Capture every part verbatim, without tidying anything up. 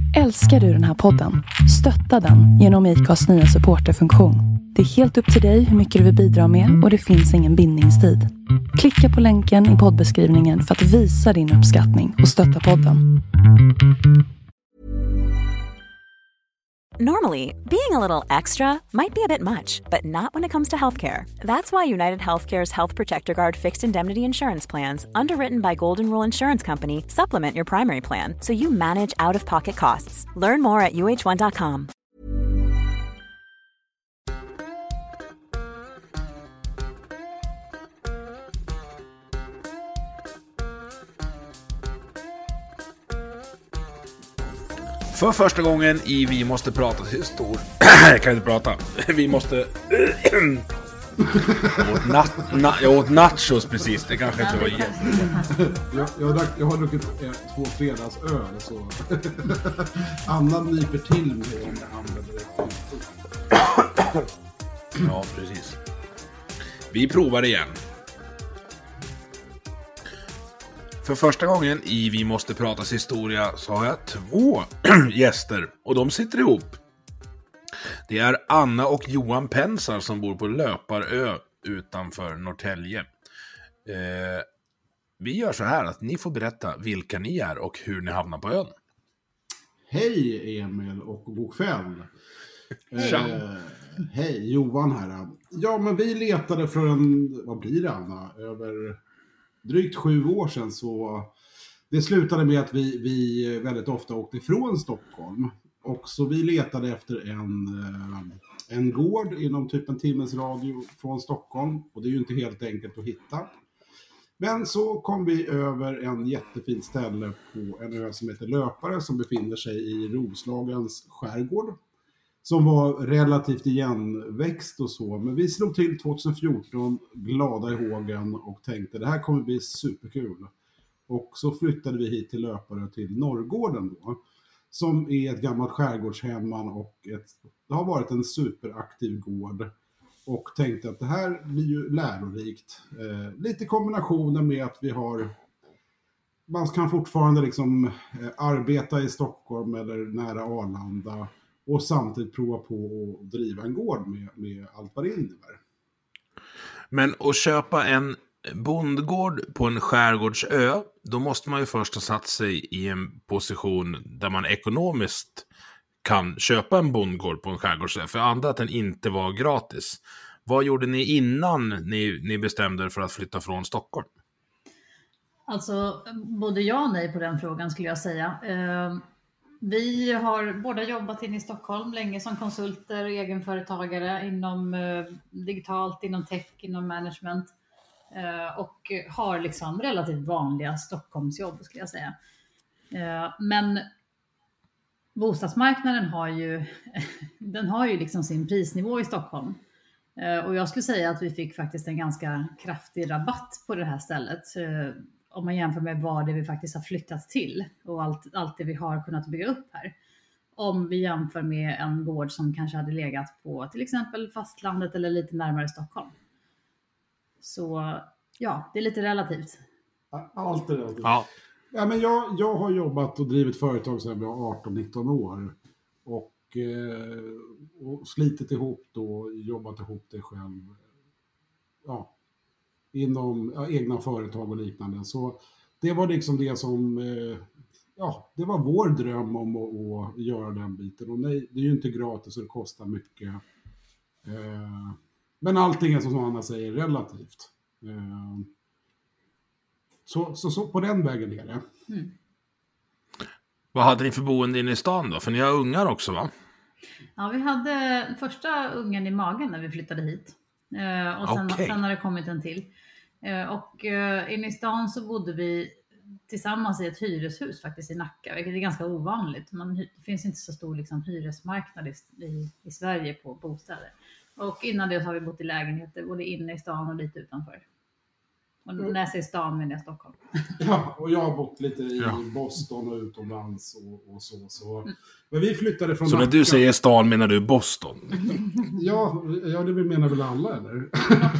Älskar du den här podden? Stötta den genom I C A:s nya supporterfunktion. Det är helt upp till dig hur mycket du vill bidra med och det finns ingen bindningstid. Klicka på länken i poddbeskrivningen för att visa din uppskattning och stötta podden. Normally, being a little extra might be a bit much, but not when it comes to healthcare. That's why United Healthcare's Health Protector Guard fixed indemnity insurance plans, underwritten by Golden Rule Insurance Company, supplement your primary plan so you manage out-of-pocket costs. Learn more at U H one dot com. För första gången i Vi måste prata historia. Jag kan inte prata. Vi måste... jag, åt nat... Na... jag åt nachos precis. Det kanske inte var jätte... jag, jag, har, jag har druckit två fredagsöl så... Annan nyper till mig om jag använder det. Ja, precis. Vi provar igen. För första gången i Vi måste pratas historia så har jag två gäster och de sitter ihop. Det är Anna och Johan Pensar som bor på Löparö utanför Norrtälje. Eh, vi gör så här att ni får berätta vilka ni är och hur ni hamnar på ön. Hej Emil och god kväll. Tja. Eh, hej Johan här. Ja men vi letade för en, vad blir det Anna, över... drygt sju år sedan så det slutade med att vi, vi väldigt ofta åkte ifrån Stockholm. Och så vi letade efter en, en gård inom typ en timmes radio från Stockholm. Och det är ju inte helt enkelt att hitta. Men så kom vi över en jättefint ställe på en ö som heter Löparö som befinner sig i Roslagens skärgård. Som var relativt igenväxt och så. Men vi slog till tjugohundrafjorton, glada i hågen och tänkte det här kommer bli superkul. Och så flyttade vi hit till Löparö till Norrgården då. Som är ett gammalt skärgårdshemman och ett, det har varit en superaktiv gård. Och tänkte att det här blir ju lärorikt. Eh, lite kombinationer med att vi har... Man kan fortfarande liksom eh, arbeta i Stockholm eller nära Arlanda. Och samtidigt prova på att driva en gård med, med allt vad det innebär. Men att köpa en bondgård på en skärgårdsö, då måste man ju först ha satt sig i en position där man ekonomiskt kan köpa en bondgård på en skärgårdsö. För andra att den inte var gratis. Vad gjorde ni innan ni, ni bestämde er för att flytta från Stockholm? Alltså, både ja och nej på den frågan skulle jag säga. Uh... Vi har båda jobbat in i Stockholm länge som konsulter, egenföretagare inom eh, digitalt, inom tech, inom management eh, och har liksom relativt vanliga Stockholmsjobb skulle jag säga. Eh, men bostadsmarknaden har ju, den har ju liksom sin prisnivå i Stockholm. Eh, och jag skulle säga att vi fick faktiskt en ganska kraftig rabatt på det här stället. Eh, Om man jämför med vad det vi faktiskt har flyttat till och allt, allt det vi har kunnat bygga upp här. Om vi jämför med en gård som kanske hade legat på till exempel fastlandet eller lite närmare Stockholm. Så ja, det är lite relativt. Allt är relativt. Ja. Ja, men jag, jag har jobbat och drivit företag sedan jag var arton nitton år. Och, eh, och slitit ihop då, jobbat ihop det själv. Ja. Inom ja, egna företag och liknande. Så det var liksom det som, eh, ja, det var vår dröm om att, att göra den biten. Och nej, det är ju inte gratis och det kostar mycket. Eh, men allting är som Anna säger relativt. Eh, så, så, så på den vägen är det. Mm. Vad hade ni för boende inne i stan då? För ni har ungar också va? Ja, vi hade första ungen i magen när vi flyttade hit. Uh, och sen, okay. sen har det kommit en till. Uh, och uh, inne i stan så bodde vi tillsammans i ett hyreshus faktiskt i Nacka. Vilket är ganska ovanligt. Man, det finns inte så stor liksom, hyresmarknad i, i, i Sverige på bostäder. Och innan det så har vi bott i lägenheter både inne i stan och lite utanför. Och när jag säger stan menar jag Stockholm. Ja, och jag har bott lite i ja. Boston och utomlands och, och så. så. Mm. Men vi flyttade från Så Nacka. när du säger stan menar du Boston? ja, ja, det menar väl alla, eller?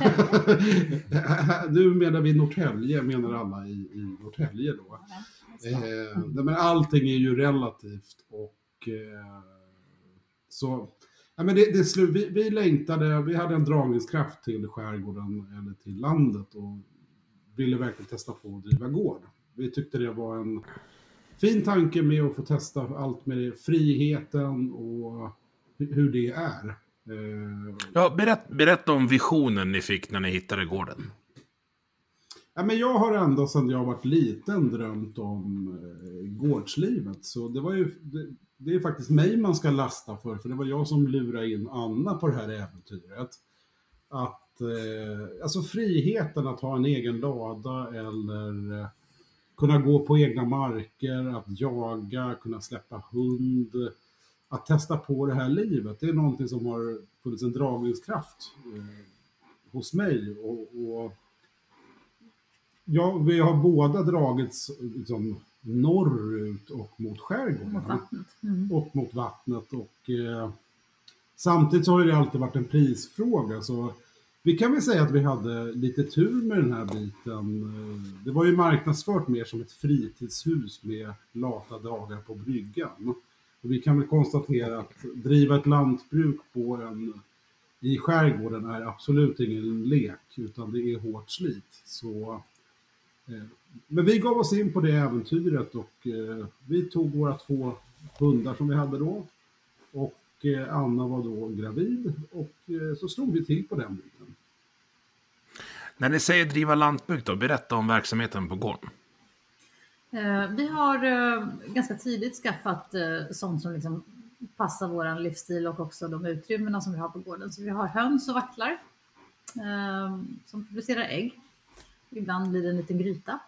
Nu menar vi Norrtälje, menar alla i, i Norrtälje då. Ja, eh, men allting är ju relativt och eh, så, ja, men det, det slu, vi, vi längtade, vi hade en dragningskraft till skärgården eller till landet och ville verkligen testa på att driva gård. Vi tyckte det var en fin tanke med att få testa allt med det, friheten och hur det är. Eh, Ja, berätt, berätta om visionen ni fick när ni hittade gården. Ja, men jag har ända sedan jag varit liten drömt om eh, gårdslivet. Så det var ju, det, det är faktiskt mig man ska lasta för. För det var jag som lurade in Anna på det här äventyret. Att, eh, alltså friheten att ha en egen lada eller eh, kunna gå på egna marker, att jaga, kunna släppa hund. Att testa på det här livet, det är någonting som har funnits en dragningskraft eh, hos mig. Och... och ja, vi har båda dragits liksom, norrut och mot skärgården. Mot vattnet. Mm. Och mot vattnet. Och, eh, samtidigt så har det alltid varit en prisfråga. Så vi kan väl säga att vi hade lite tur med den här biten. Det var ju marknadsfört mer som ett fritidshus med lata dagar på bryggan. Och vi kan väl konstatera att driva ett lantbruk på en... i skärgården är absolut ingen lek, utan det är hårt slit. Så, eh, men vi gav oss in på det äventyret och eh, vi tog våra två hundar som vi hade då. Och eh, Anna var då gravid och eh, så slog vi till på den biten. När ni säger driva lantbruk då, berätta om verksamheten på gården. Eh, vi har eh, ganska tidigt skaffat eh, sånt som liksom passar våran livsstil och också de utrymmena som vi har på gården. Så vi har höns och vaktlar eh, som producerar ägg. Ibland blir det en liten gryta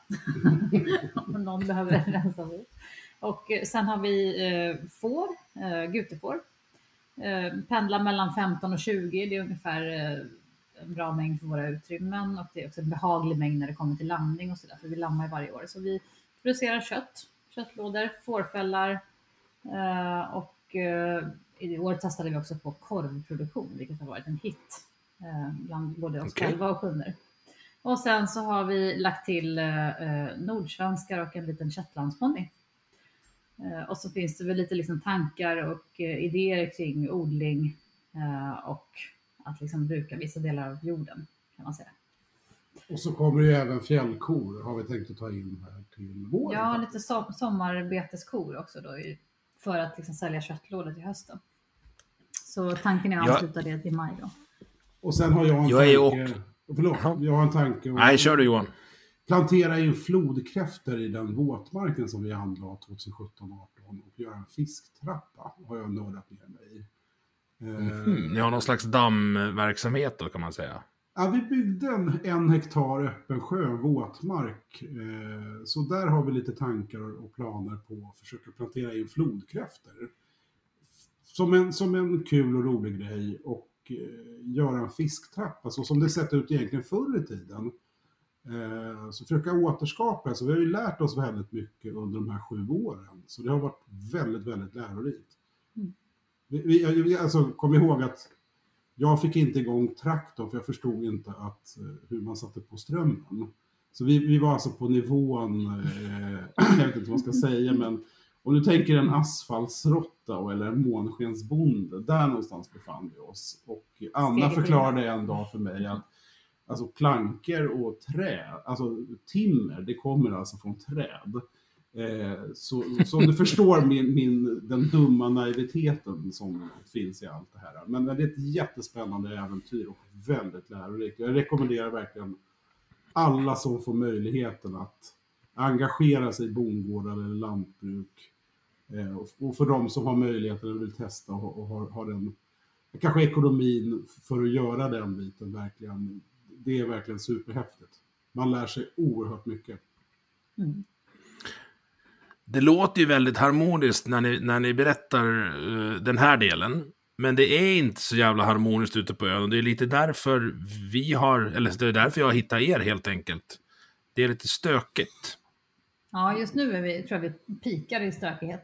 om någon behöver rensa vid. Och eh, sen har vi eh, får, eh, gutefår. Eh, pendlar mellan femton och tjugo, det är ungefär eh, en bra mängd för våra utrymmen. Och det är också en behaglig mängd när det kommer till lamning och sådär, för vi lammar varje år. Så vi producerar kött, köttlådor, fårfällar eh, och Uh, i år testade vi också på korvproduktion, vilket har varit en hit uh, bland både oss Okay. själva och kunder. Och sen så har vi lagt till uh, nordsvenskar och en liten shetlandsponny. Uh, och så finns det väl lite liksom tankar och uh, idéer kring odling uh, och att liksom bruka vissa delar av jorden, kan man säga. Och så kommer ju även fjällkor, har vi tänkt att ta in här till våren. Ja, lite so- sommarbeteskor också då, för att liksom sälja köttlådor till hösten. Så tanken är att Ja. ansluta det till maj då. Och sen har jag en Jag är tanke... Förlåt, jag har en tanke. Nej, kör du Johan. Plantera in flodkräftor i den våtmarken som vi anlade tjugosjutton arton och göra en fisktrappa, har jag nördat ner mig i. Eh, Mm, ni har någon slags dammverksamhet då, kan man säga. Ja, vi byggde en, en hektar öppen sjö, våtmark. Eh, så där har vi lite tankar och planer på att försöka plantera in flodkräftor. Som en, som en kul och rolig grej och eh, göra en fisktrappa, så som det sett ut egentligen förr i tiden. Eh, så försöka återskapa, så vi har ju lärt oss väldigt mycket under de här sju åren. Så det har varit väldigt, väldigt lärorikt. Mm. Vi, vi, alltså, kom ihåg att jag fick inte igång traktorn för jag förstod inte att, hur man satte på strömmen. Så vi, vi var alltså på nivån, eh, jag vet inte vad man ska säga, men om du tänker en asfaltsrotta eller en månskensbonde, där någonstans befann vi oss. Och Anna förklarade en dag för mig att alltså plankor och trä, alltså timmer, det kommer alltså från träd. Eh, så, så om du förstår min, min, den dumma naiviteten som finns i allt det här. Men det är ett jättespännande äventyr och väldigt lärorikt. Jag rekommenderar verkligen alla som får möjligheten att engagera sig i bondgårdar eller lantbruk. Eh, och, och för de som har möjligheten och vill testa och, och har, har den, kanske ekonomin för att göra den biten verkligen. Det är verkligen superhäftigt. Man lär sig oerhört mycket. Mm. Det låter ju väldigt harmoniskt när ni, när ni berättar uh, den här delen. Men det är inte så jävla harmoniskt ute på ön. Och det är lite därför vi har, eller det är därför jag hittar er helt enkelt. Det är lite stökigt. Ja, just nu är vi, tror jag vi pikar i stökighet.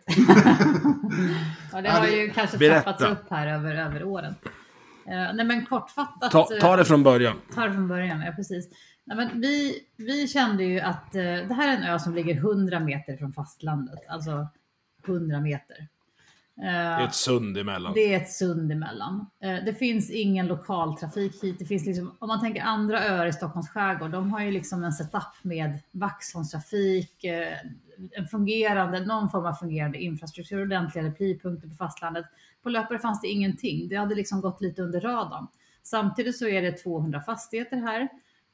Ja, det har ju kanske Berätta. trappats upp här över, över åren. Uh, nej men kortfattat. Ta, ta det från början. Ta det från början, ja precis. Nej, men vi, vi kände ju att uh, det här är en ö som ligger hundra meter från fastlandet. Alltså hundra meter. Det är ett sund emellan. Det är ett sund emellan. Det finns ingen lokaltrafik hit. Det finns liksom, om man tänker andra öar i Stockholms skärgård, de har ju liksom en setup med Vaxholmstrafik, en fungerande, någon form av fungerande infrastruktur, ordentliga replipunkter på fastlandet. På Löpare fanns det ingenting. Det hade liksom gått lite under radarn. Samtidigt så är det tvåhundra fastigheter här,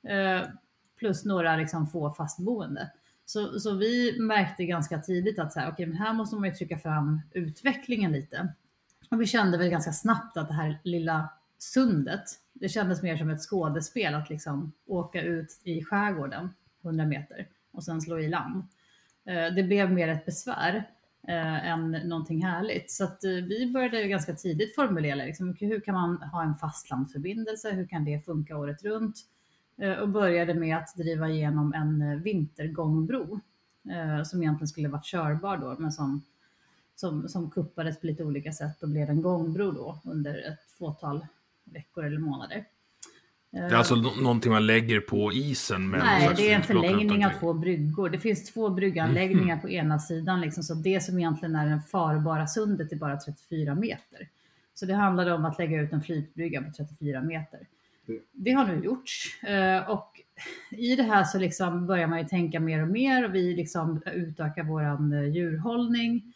plus några liksom få fastboende. Så, så vi märkte ganska tidigt att så här, okay, men här måste man ju trycka fram utvecklingen lite. Och vi kände väl ganska snabbt att det här lilla sundet, det kändes mer som ett skådespel att liksom åka ut i skärgården hundra meter och sen slå i land. Det blev mer ett besvär eh, än någonting härligt. Så att, eh, vi började ganska tidigt formulera liksom, hur kan man ha en fastlandsförbindelse, hur kan det funka året runt? Och började med att driva igenom en vintergångbro eh, som egentligen skulle varit körbar då, men som, som, som kuppades på lite olika sätt och blev en gångbro då under ett fåtal veckor eller månader. Det är alltså no- någonting man lägger på isen? Med Nej, det är en förlängning av två bryggor. Det finns två brygganläggningar mm. på ena sidan. Liksom, så det som egentligen är den farbara sundet är bara trettiofyra meter. Så det handlade om att lägga ut en flytbrygga på trettiofyra meter. Det har nu gjorts och i det här så liksom börjar man ju tänka mer och mer och vi liksom utökar våran djurhållning.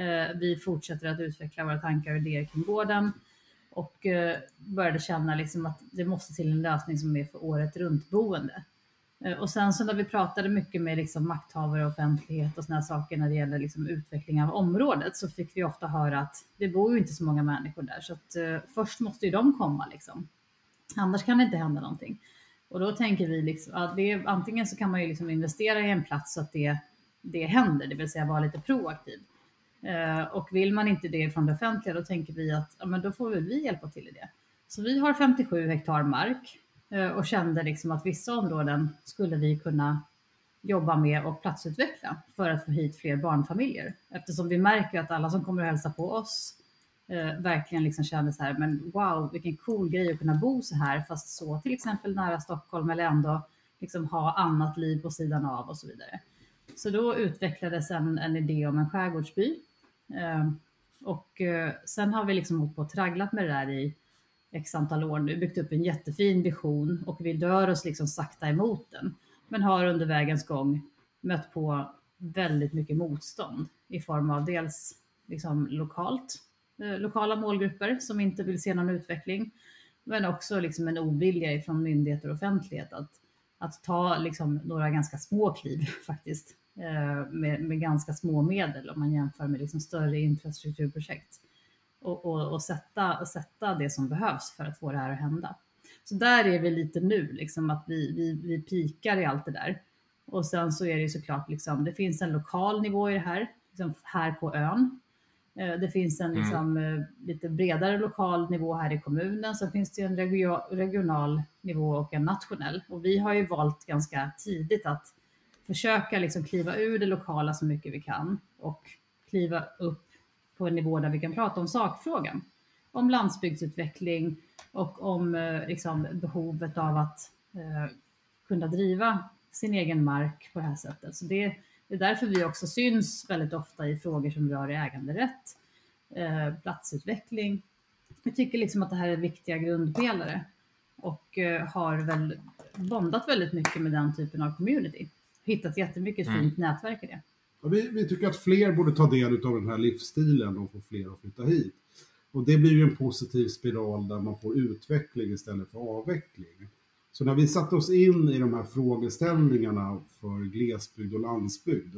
Vi fortsätter att utveckla våra tankar och idéer kring gården och började känna liksom att det måste till en lösning som är för året runt boende. Och sen så när vi pratade mycket med liksom makthavare och offentlighet och såna här saker när det gäller liksom utveckling av området så fick vi ofta höra att det bor ju inte så många människor där så att först måste ju de komma liksom. Annars kan det inte hända någonting. Och då tänker vi liksom att det är, antingen så kan man ju liksom investera i en plats så att det, det händer, det vill säga vara lite proaktiv. Eh, och vill man inte det från det offentliga då tänker vi att ja, men då får väl vi hjälpa till i det. Så vi har femtiosju hektar mark eh, och kände liksom att vissa områden skulle vi kunna jobba med och platsutveckla för att få hit fler barnfamiljer. Eftersom vi märker att alla som kommer att hälsa på oss Eh, verkligen liksom kände så här, men wow, vilken cool grej att kunna bo så här, fast så till exempel nära Stockholm eller ändå liksom ha annat liv på sidan av och så vidare. Så då utvecklades en, en idé om en skärgårdsby eh, och eh, sen har vi liksom hållit på och tragglat med det där i x antal år nu, byggt upp en jättefin vision och vi dör oss liksom sakta emot den, men har under vägens gång mött på väldigt mycket motstånd i form av dels liksom lokalt lokala målgrupper som inte vill se någon utveckling, men också liksom en ovilja från myndigheter och offentlighet att, att ta liksom några ganska små kliv faktiskt med, med ganska små medel om man jämför med liksom större infrastrukturprojekt och, och, och sätta, sätta det som behövs för att få det här att hända. Så där är vi lite nu, liksom att vi, vi, vi pikar i allt det där. Och sen så är det ju såklart, liksom, det finns en lokal nivå i det här, liksom här på ön. Det finns en liksom, mm. lite bredare lokal nivå här i kommunen. Så finns det en regio- regional nivå och en nationell. Och vi har ju valt ganska tidigt att försöka liksom kliva ur det lokala så mycket vi kan. Och kliva upp på en nivå där vi kan prata om sakfrågan. Om landsbygdsutveckling och om liksom, behovet av att eh, kunna driva sin egen mark på det här sättet. Så det Det är därför vi också syns väldigt ofta i frågor som rör äganderätt, eh, platsutveckling. Vi tycker liksom att det här är viktiga grundpelare och eh, har väl bondat väldigt mycket med den typen av community. Hittat jättemycket mm. fint nätverk i det. Ja, vi, vi tycker att fler borde ta del av den här livsstilen och få fler att flytta hit. Och det blir ju en positiv spiral där man får utveckling istället för avveckling. Så när vi satte oss in i de här frågeställningarna för glesbygd och landsbygd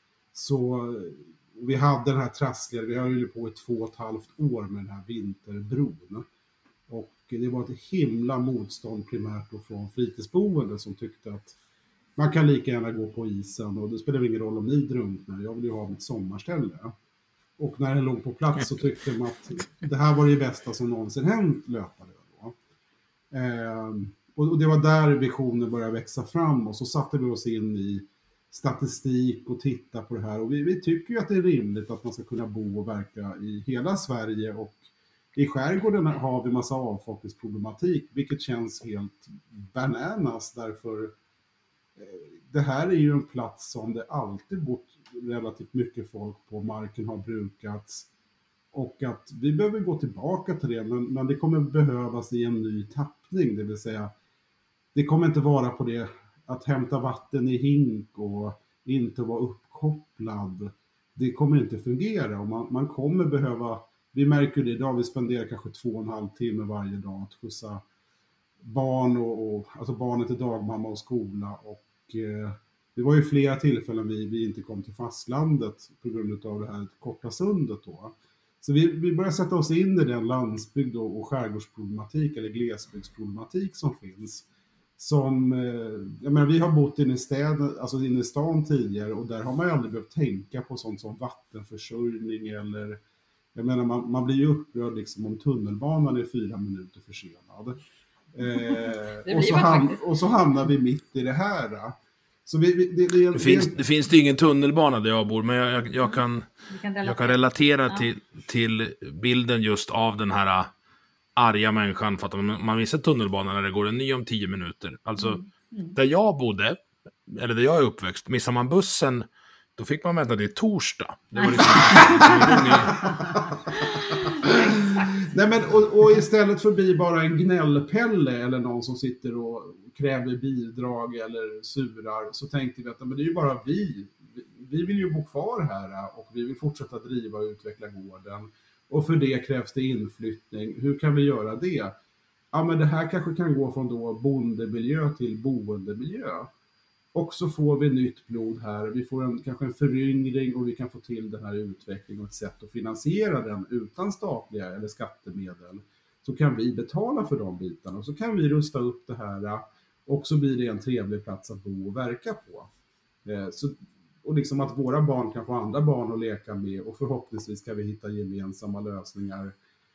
så vi hade den här trassliga, vi har ju på i två och ett halvt år med den här vinterbron. Och det var ett himla motstånd primärt då från fritidsboende som tyckte att man kan lika gärna gå på isen och det spelar ingen roll om ni drunknar, jag vill ju ha mitt sommarställe. Och när den låg på plats så tyckte man att det här var det bästa som någonsin hänt löpare då. Ehm. Och det var där visionen började växa fram och så satte vi oss in i statistik och titta på det här. Och vi, vi tycker ju att det är rimligt att man ska kunna bo och verka i hela Sverige och i skärgården har vi massa avfolkningsproblematik, vilket känns helt bananas därför det här är ju en plats som det alltid bott relativt mycket folk på, marken har brukats och att vi behöver gå tillbaka till det, men, men det kommer behövas i en ny tappning, det vill säga det kommer inte vara på det att hämta vatten i hink och inte vara uppkopplad. Det kommer inte fungera och man, man kommer behöva, vi märker det idag, vi spenderar kanske två och en halv timme varje dag att skjutsa barn och, och alltså barnet till dagmamma och skola, och eh, det var ju flera tillfällen vi, vi inte kom till fastlandet på grund av det här korta sundet då. Så vi, vi börjar sätta oss in i den landsbygd och, och skärgårdsproblematik eller glesbygdsproblematik som finns. Som, eh, jag menar, vi har bott inne i städer, alltså inne i stan tidigare, och där har man ju aldrig behövt tänka på sånt som vattenförsörjning eller, jag menar man, man blir ju upprörd liksom om tunnelbanan är fyra minuter försenad. Eh, och, så ham- och så hamnar vi mitt i det här. Så vi, vi, det, det, det, finns, det finns det ingen tunnelbana där jag bor, men jag, jag, jag, kan, kan jag kan relatera ja. till, till bilden just av den här arga människan för att man, man missar tunnelbanan när det går en ny om tio minuter. Alltså, mm. Mm. där jag bodde, eller där jag är uppväxt, missar man bussen, då fick man vänta till torsdag. Det var liksom... Nej, men, och, och istället för att bli bara en gnällpelle eller någon som sitter och kräver bidrag eller surar, så tänkte vi att men det är ju bara vi. Vi vill ju bo kvar här och vi vill fortsätta driva och utveckla gården. Och för det krävs det inflyttning. Hur kan vi göra det? Ja, men det här kanske kan gå från då bondemiljö till boendemiljö. Och så får vi nytt blod här. Vi får en, kanske en föryngring och vi kan få till den här utvecklingen och ett sätt att finansiera den utan statliga eller skattemedel. Så kan vi betala för de bitarna och så kan vi rusta upp det här och så blir det en trevlig plats att bo och verka på. Eh, så, och liksom att våra barn kan få andra barn att leka med och förhoppningsvis kan vi hitta gemensamma lösningar.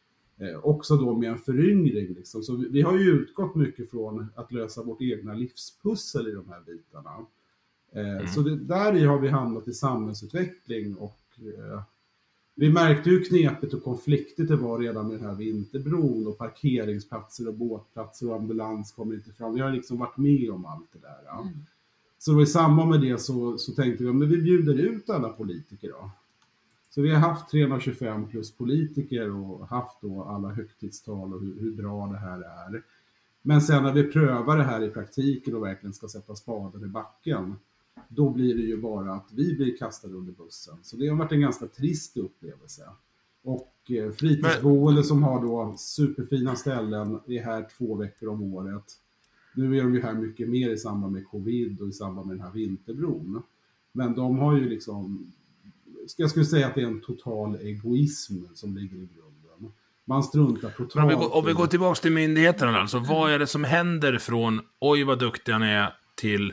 Eh, också då med en föryngring. Liksom. Så vi, vi har ju utgått mycket från att lösa vårt egna livspussel i de här bitarna. Eh, mm. Så det, där i har vi hamnat i samhällsutveckling och eh, vi märkte hur knepigt och konfliktigt det var redan med den här vinterbron och parkeringsplatser och båtplatser och ambulans kommer inte fram. Vi har liksom varit med om allt det där. Ja. Mm. Så i samband med det så, så tänkte vi att vi bjuder ut alla politiker då. Så vi har haft trehundratjugofem plus politiker och haft då alla högtidstal och hur, hur bra det här är. Men sen när vi prövar det här i praktiken och verkligen ska sätta spaden i backen, då blir det ju bara att vi blir kastade under bussen. Så det har varit en ganska trist upplevelse. Och eh, fritidsboende Men... som har då superfina ställen är här två veckor om året. Nu är de ju här mycket mer i samband med covid och i samband med den här vinterbron. Men de har ju liksom... Jag skulle säga att det är en total egoism som ligger i grunden. Man struntar totalt. Om vi, går, om vi går tillbaka till myndigheterna, alltså, vad är det som händer från oj vad duktiga ni är till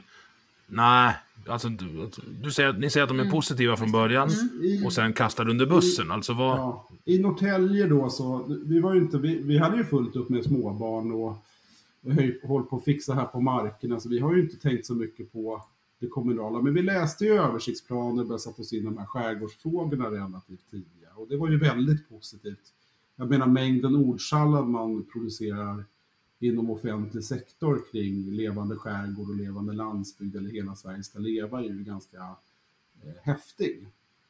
nej, alltså du, du säger, ni säger att de är positiva från början mm. och sen kastar under bussen. Alltså vad... Ja, i Norrtälje då så, vi var ju inte, vi, vi hade ju fullt upp med småbarn och håll på att fixa här på marken. Alltså vi har ju inte tänkt så mycket på det kommunala. Men vi läste ju översiktsplaner och började sätta oss in i de här skärgårdsfrågorna relativt tidigare. Och det var ju väldigt positivt. Jag menar mängden ordsallad man producerar inom offentlig sektor kring levande skärgård och levande landsbygd eller hela Sverige ska leva är ju ganska eh, häftig.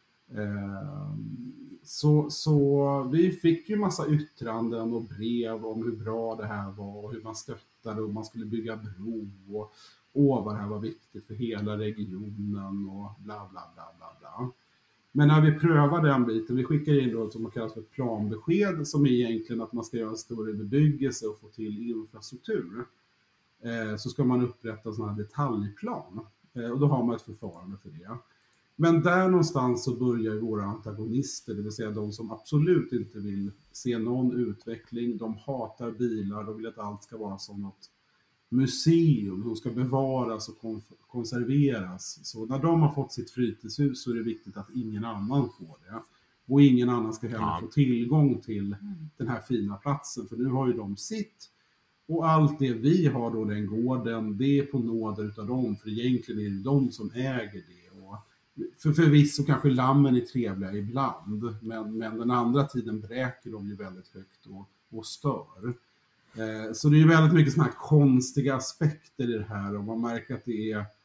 Eh, så, så vi fick ju massa yttranden och brev om hur bra det här var och hur man stöttade och man skulle bygga bro och åh vad det här var viktigt för hela regionen och bla bla bla bla bla. Men när vi prövar den biten, vi skickar in då som man kallar för ett planbesked som är egentligen att man ska göra en större bebyggelse och få till infrastruktur. Eh, så ska man upprätta en sån här detaljplan. Eh, och då har man ett förfarande för det. Men där någonstans så börjar våra antagonister, det vill säga de som absolut inte vill se någon utveckling. De hatar bilar, de vill att allt ska vara som något museum som ska bevaras och kon- konserveras. Så när de har fått sitt fritidshus så är det viktigt att ingen annan får det. Och ingen annan ska heller ja. få tillgång till mm. den här fina platsen. För nu har ju de sitt. Och allt det vi har då, den gården, det är på nåder utav dem. För egentligen är det de som äger det. Och för förvisso kanske lammen är trevliga ibland. Men, men den andra tiden bräker de ju väldigt högt och, och stör. Så det är ju väldigt mycket såna här konstiga aspekter i det här och man märker att det är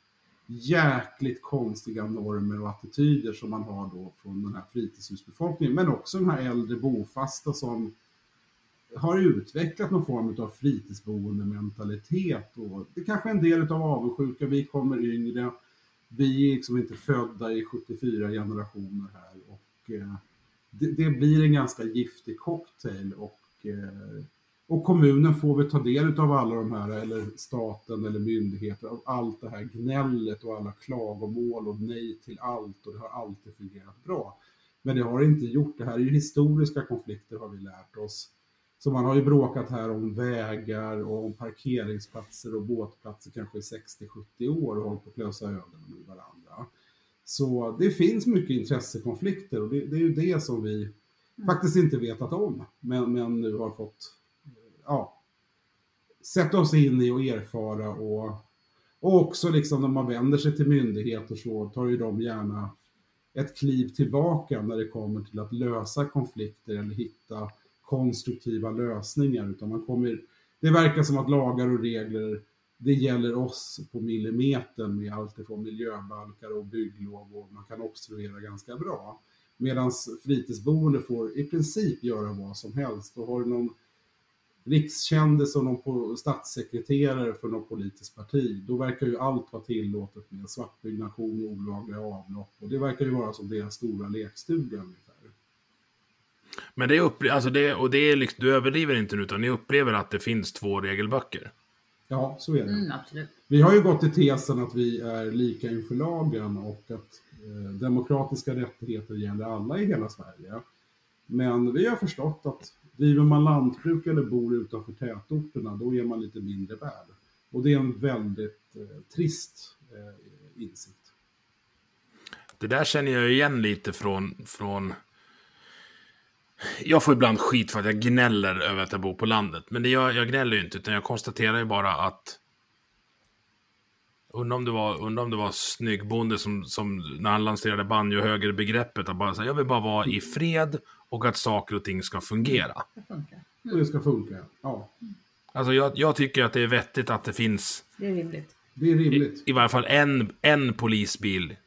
jäkligt konstiga normer och attityder som man har då från den här fritidshusbefolkningen. Men också den här äldre bofasta som har utvecklat någon form av fritidsboende-mentalitet. Och det kanske är en del av avundsjuka. Vi kommer yngre. Vi är liksom inte födda i sjuttiofyra generationer här. Och eh, det, det blir en ganska giftig cocktail. Och, eh, och kommunen får väl ta del av alla de här, eller staten eller myndigheter, av allt det här gnället och alla klagomål och nej till allt. Och det har alltid fungerat bra. Men det har inte gjort. Det här är ju historiska konflikter, har vi lärt oss. Så man har ju bråkat här om vägar och om parkeringsplatser och båtplatser kanske i sextio sjuttio år och håller på att lösa ögonen med varandra. Så det finns mycket intressekonflikter och det, det är ju det som vi mm. faktiskt inte vetat om. Men, men nu har fått ja, sätta oss in i och erfara. Och, och också liksom när man vänder sig till myndigheter så tar ju de gärna ett kliv tillbaka när det kommer till att lösa konflikter eller hitta konstruktiva lösningar, utan man kommer, det verkar som att lagar och regler, det gäller oss på millimetern med allt ifrån miljöbalkar och bygglov och man kan obstruera ganska bra. Medan fritidsboende får i princip göra vad som helst. Och har du någon rikskändis och någon statssekreterare för något politiskt parti, då verkar ju allt vara tillåtet med svartbyggnation och olagliga avlopp. Och det verkar ju vara som deras stora lekstuga ungefär. Men det är upple- alltså det, och det är liksom, du överdriver inte utan ni upplever att det finns två regelböcker. Ja, så är det. Mm, absolut. Vi har ju gått till tesen att vi är lika inför lagen och att eh, demokratiska rättigheter gäller alla i hela Sverige. Men vi har förstått att driver man lantbruk eller bor utanför tätorterna, då är man lite mindre värd. Och det är en väldigt eh, trist eh, insikt. Det där känner jag igen lite från... från... Jag får ibland skit för att jag gnäller över att jag bor på landet. Men det jag, jag gnäller ju inte, utan jag konstaterar ju bara att undrar om det var, undrar om det var snyggbonde som, som när han lanserade banjo-höger-begreppet att bara säga, jag vill bara vara i fred och att saker och ting ska fungera. Det funkar. Mm. Det ska funka, ja. Alltså jag, jag tycker att det är vettigt att det finns Det är rimligt. Det är rimligt. I, i varje fall en, en polisbil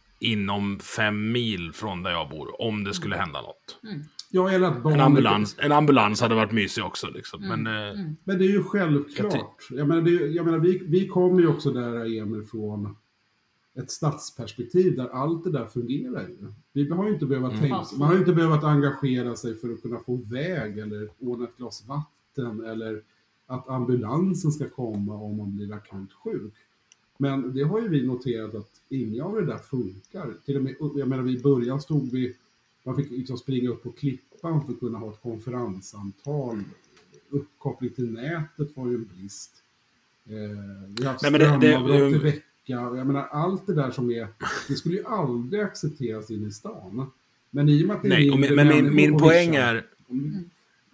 inom fem mil från där jag bor, om det skulle hända något. Mm. Ja, eller att barn... en, ambulans, en ambulans hade varit mysig också. Liksom. Mm. Men, eh, Mm. Men det är ju självklart. Jag menar, det, jag menar vi, vi kommer ju också där, Emil, från ett stadsperspektiv där allt det där fungerar ju. Vi har ju inte behövt Mm. tänka, man har ju inte behövt engagera sig för att kunna få väg eller ordna ett glas vatten eller att ambulansen ska komma om man blir akut sjuk. Men det har ju vi noterat att inga av det där funkar. Till och med, jag menar, vi i början stod vi, man fick liksom springa upp på klippan för att kunna ha ett konferenssamtal. Uppkoppling till nätet var ju en brist. Eh, vi har haft strömavbrott i veckan. Jag menar, allt det där som är, det skulle ju aldrig accepteras in i stan. Men i och med att det nej, är men, men min, min poäng Vischa, är mm.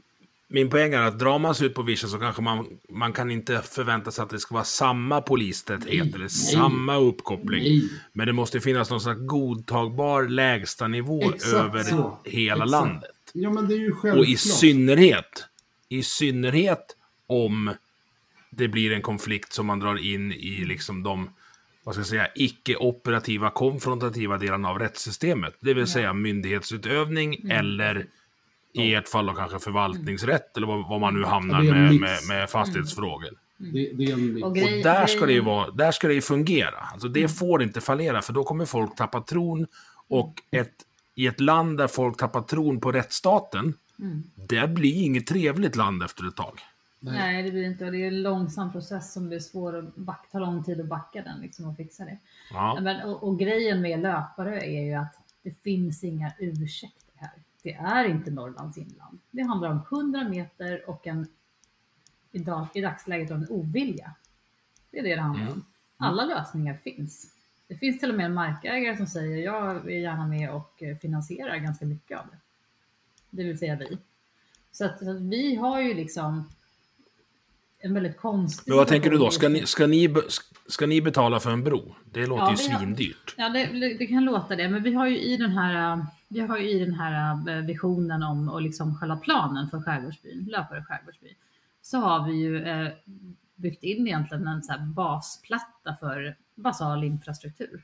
min poäng är att drar man sig ut på Vischa så kanske man, man kan inte förvänta sig att det ska vara samma polistäthet nej, eller nej. samma uppkoppling. Nej. Men det måste finnas någon slags godtagbar lägsta nivå exakt över så. hela exakt. landet. Ja, men det är ju självklart. Och i synnerhet, i synnerhet om det blir en konflikt som man drar in i liksom de, vad ska jag säga, icke-operativa, konfrontativa delarna av rättssystemet. Det vill ja. säga myndighetsutövning mm. eller i ert fall då kanske förvaltningsrätt eller vad, vad man nu hamnar ja, med, med, med fastighetsfrågor. Mm. Det, det är en och, och där ska det ju vara, där ska det ju fungera. Alltså det mm. får inte fallera, för då kommer folk tappa tron, och ett, i ett land där folk tappar tron på rättsstaten, mm. det blir inget trevligt land efter ett tag. Nej, Nej det blir inte, och det är en långsam process som blir svår att backa, ta lång tid att backa den liksom, och fixa det. Ja. Men, och, och grejen med löpare är ju att det finns inga ursäkter här. Det är inte Norrlands inland. Det handlar om hundra meter och en i, dag, i dagsläget en ovilja. Det är det det handlar om. Mm. Alla lösningar finns. Det finns till och med en markägare som säger jag är gärna med och finansierar ganska mycket av det. Det vill säga vi. Så att, så att vi har ju liksom en väldigt konstig... Men vad tänker du då? Ska ni, ska, ni, ska ni betala för en bro? Det låter ja, ju svindyrt. Har, ja, det, det kan låta det. Men vi har ju i den här, vi har ju i den här visionen om och liksom själva planen för skärgårdsbyn, Löpare skärgårdsby, så har vi ju eh, byggt in egentligen en så här basplatta för basal infrastruktur.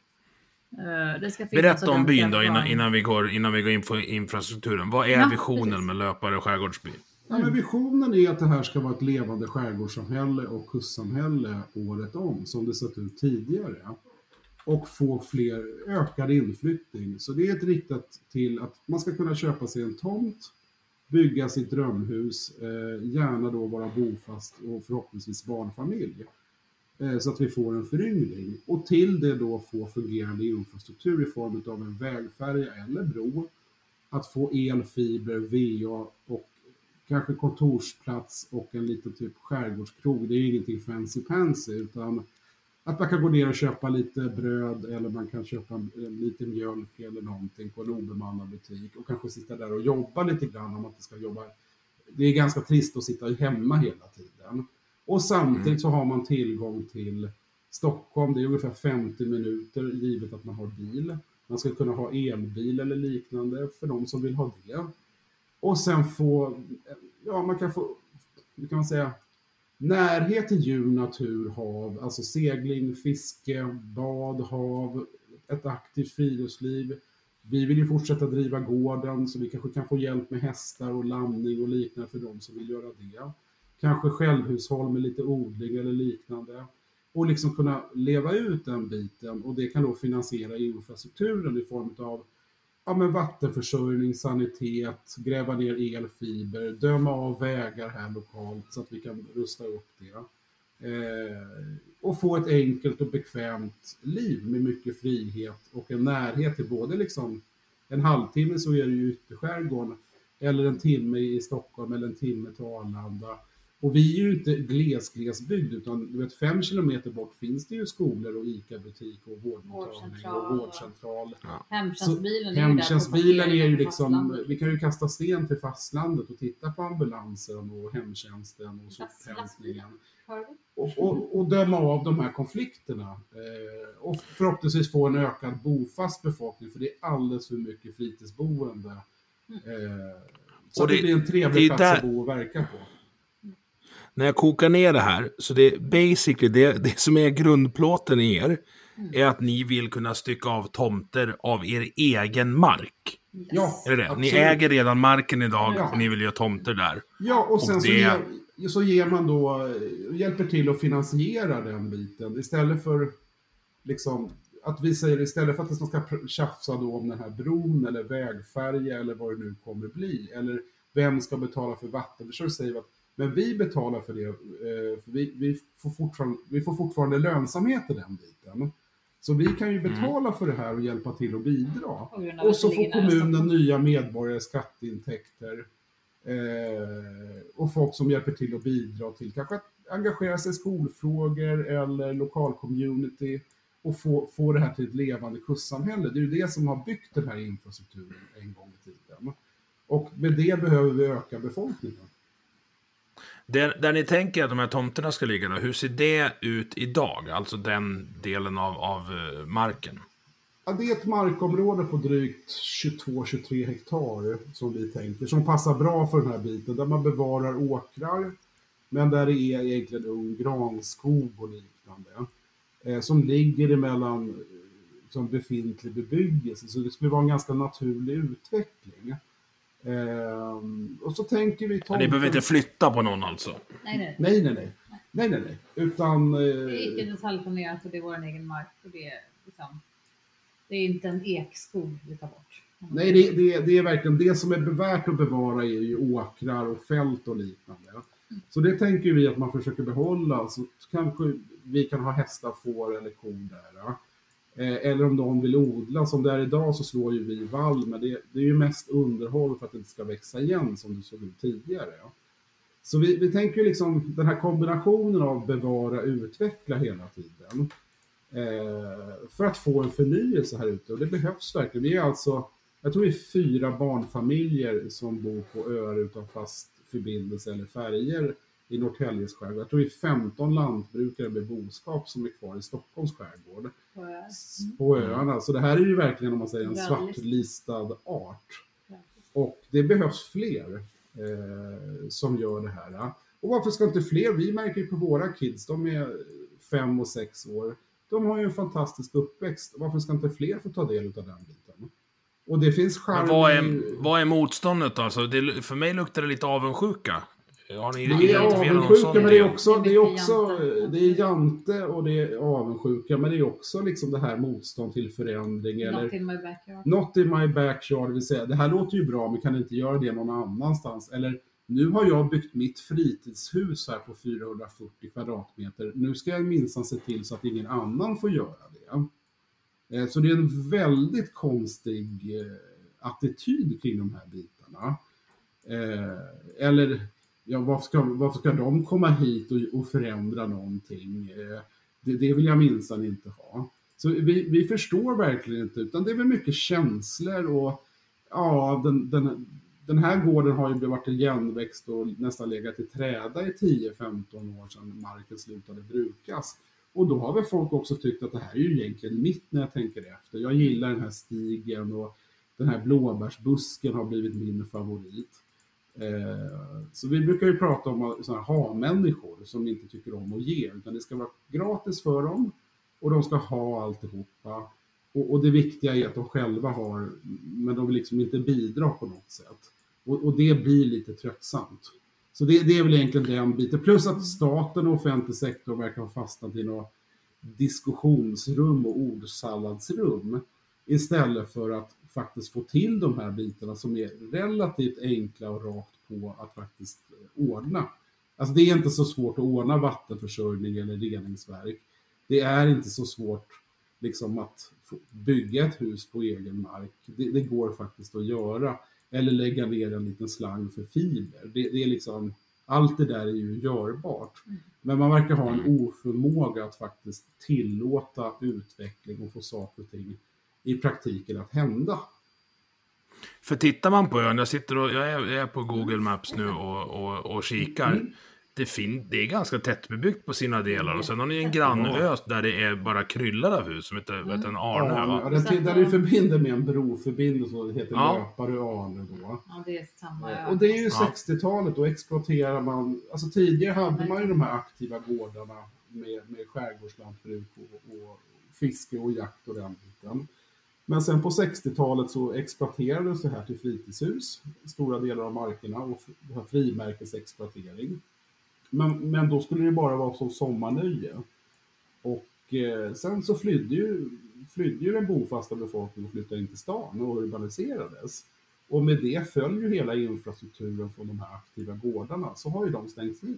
Det ska Berätta om byn då innan, innan, vi går, innan vi går in på infrastrukturen. Vad är ja, visionen precis. med Löpare skärgårdsby? Ja, men visionen är att det här ska vara ett levande skärgårdssamhälle och kustsamhälle året om, som det sett ut tidigare. Och få fler ökad inflyttning. Så det är ett riktat till att man ska kunna köpa sig en tomt, bygga sitt drömhus, eh, gärna då vara bofast och förhoppningsvis barnfamilj. Eh, så att vi får en föryngring. Och till det då få fungerande infrastruktur i form av en vägfärja eller bro. Att få elfiber, V A och kanske kontorsplats och en liten typ skärgårdskrog. Det är ingenting fancy pansy, utan att man kan gå ner och köpa lite bröd eller man kan köpa lite mjölk eller någonting på en obemannad butik och kanske sitta där och jobba lite grann om man inte ska jobba. Det är ganska trist att sitta hemma hela tiden. Och samtidigt mm. så har man tillgång till Stockholm. Det är ungefär femtio minuter givet att man har bil. Man ska kunna ha elbil eller liknande för de som vill ha det. Och sen få, ja man kan få, hur kan man säga, närhet till djur, natur, hav, alltså segling, fiske, bad, hav, ett aktivt friluftsliv. Vi vill ju fortsätta driva gården så vi kanske kan få hjälp med hästar och landning och liknande för de som vill göra det. Kanske självhushåll med lite odling eller liknande. Och liksom kunna leva ut den biten och det kan då finansiera infrastrukturen i form av ja, men vattenförsörjning, sanitet, gräva ner elfiber, döma av vägar här lokalt så att vi kan rusta upp det. Eh, och få ett enkelt och bekvämt liv med mycket frihet och en närhet till både liksom en halvtimme så är det ju ytterskärgården eller en timme i Stockholm eller en timme till Arlanda. Och vi är ju inte gles-glesbygd utan du vet, fem kilometer bort finns det ju skolor och ICA-butik och vårdmottagning och vårdcentral. Ja. Hemtjänstbilen, är, hemtjänstbilen är ju liksom, vi kan ju kasta sten till fastlandet och titta på ambulansen och hemtjänsten och sophämtningen. Och, och, och döma av de här konflikterna. Eh, och förhoppningsvis få en ökad bofast befolkning för det är alldeles för mycket fritidsboende. Eh, så och det, det blir en trevlig plats där att bo och verka på. När jag kokar ner det här, så det är basically det, det som är grundplåten i er mm. är att ni vill kunna stycka av tomter av er egen mark. Ja, är det det? Ni äger redan marken idag ja. och ni vill göra tomter där. Ja, och sen och det... så, ger, så ger man då, hjälper till att finansiera den biten. Istället för liksom, att vi säger istället för att det ska tjafsa då om den här bron eller vägfärja eller vad det nu kommer bli. Eller vem ska betala för vattenförsörjning, säger vi att men vi betalar för det, för vi, vi, får fortfarande, vi får fortfarande lönsamhet i den biten. Så vi kan ju betala för det här och hjälpa till och bidra. Och, och så får kommunen nya medborgare, skatteintäkter eh, och folk som hjälper till att bidra till kanske att engagera sig i skolfrågor eller lokalcommunity och få, få det här till ett levande kustsamhälle. Det är ju det som har byggt den här infrastrukturen en gång i tiden. Och med det behöver vi öka befolkningen. Där, där ni tänker att de här tomterna ska ligga då, hur ser det ut idag? Alltså den delen av, av marken? Ja, det är ett markområde på drygt tjugotvå till tjugotre hektar som vi tänker. Som passar bra för den här biten. Där man bevarar åkrar. Men där det är egentligen ung granskog och liknande. Eh, som ligger emellan som befintlig bebyggelse. Så det skulle vara en ganska naturlig utveckling. Um, och så tänker vi tomten... Ni behöver inte flytta på någon alltså? Nej, nej. Nej, nej, nej. nej, nej, nej. Utan... Uh... Det är inte detaljplanerat och det är vår egen mark. Och det, är, liksom, det är inte en ekskog vi tar bort. Nej, det, det, det är verkligen det som är värt att bevara är ju åkrar och fält och liknande. Mm. Så det tänker vi att man försöker behålla. Så kanske vi kan ha hästar, får eller kor där. Eller om de vill odla, som det är idag så slår ju vi vall, men det, det är ju mest underhåll för att det inte ska växa igen som det såg ut tidigare. Ja. Så vi, vi tänker ju liksom den här kombinationen av bevara och utveckla hela tiden eh, för att få en förnyelse här ute, och det behövs verkligen. Vi är alltså, jag tror vi är fyra barnfamiljer som bor på öar utan fast förbindelse eller färger i Norrtäljes skärgård. Jag tror det är femton lantbrukare med boskap som är kvar i Stockholms skärgård. Mm. På öarna. Så det här är ju verkligen, om man säger, en svartlistad art. Och det behövs fler eh, som gör det här. Och varför ska inte fler? Vi märker ju på våra kids, de är fem och sex år. de har ju en fantastisk uppväxt. Varför ska inte fler få ta del av den biten? Och det finns charm. Vad är, vad är motståndet då? Alltså, det, för mig luktar det lite avundsjuka. Har ni det är avundsjuka, men det är också, det är också det är jante och det är avundsjuka, men det är också liksom det här motstånd till förändring. Not eller, in my backyard. Not in my backyard, det vill säga, det här låter ju bra, men kan inte göra det någon annanstans. Eller, nu har jag byggt mitt fritidshus här på fyrahundrafyrtio kvadratmeter. Nu ska jag minsann se till så att ingen annan får göra det. Så det är en väldigt konstig attityd kring de här bitarna. Eller... Ja, varför ska, varför ska de komma hit och, och förändra någonting? Eh, det, det vill jag minsann inte ha. Så vi, vi förstår verkligen inte, utan det är väl mycket känslor och ja, den, den, den här gården har ju varit igenväxt och nästan legat i träda i tio femton år sedan marken slutade brukas. Och då har väl folk också tyckt att det här är ju egentligen mitt när jag tänker efter. Jag gillar den här stigen och den här blåbärsbusken har blivit min favorit. Så vi brukar ju prata om såna här ha-människor som inte tycker om att ge, utan det ska vara gratis för dem och de ska ha alltihopa. Och, och det viktiga är att de själva har, men de vill liksom inte bidra på något sätt. Och, och det blir lite tröttsamt. Så det, det är väl egentligen den biten. Plus att staten och offentlig sektor verkar ha fastnat i några diskussionsrum och ordsalladsrum istället för att faktiskt få till de här bitarna som är relativt enkla och rakt på att faktiskt ordna. Alltså det är inte så svårt att ordna vattenförsörjning eller reningsverk. Det är inte så svårt liksom att bygga ett hus på egen mark. Det, det går faktiskt att göra. Eller lägga ner en liten slang för fiber. Det, det är liksom, allt det där är ju görbart. Men man verkar ha en oförmåga att faktiskt tillåta utveckling och få saker och ting i praktiken att hända. För tittar man på ön, jag sitter och jag är, jag är på Google Maps nu och, och, och kikar. Mm. Det, fin, det är ganska tättbebyggt på sina delar. Och sen har ni en grannö där det är bara kryllar av hus som heter mm. en Arnö. Ja, va? Ja, där är förbinder med en broförbindelse och det heter ja. Löpare Arnö då. Ja, det är samma ö. Och det är ju ja. sextiotalet, då exploaterar man, alltså tidigare hade man ju de här aktiva gårdarna med, med skärgårdslantbruk och, och fiske och jakt och den biten. Men sen på sextiotalet så exploaterades det här till fritidshus, stora delar av markerna och frimärkesexploatering. Men, men då skulle det bara vara som sommarnöje. Och eh, sen så flydde ju, flydde ju den bofasta befolkningen och flyttade in till stan och urbaniserades. Och med det följer ju hela infrastrukturen från de här aktiva gårdarna, så har ju de stängts ner.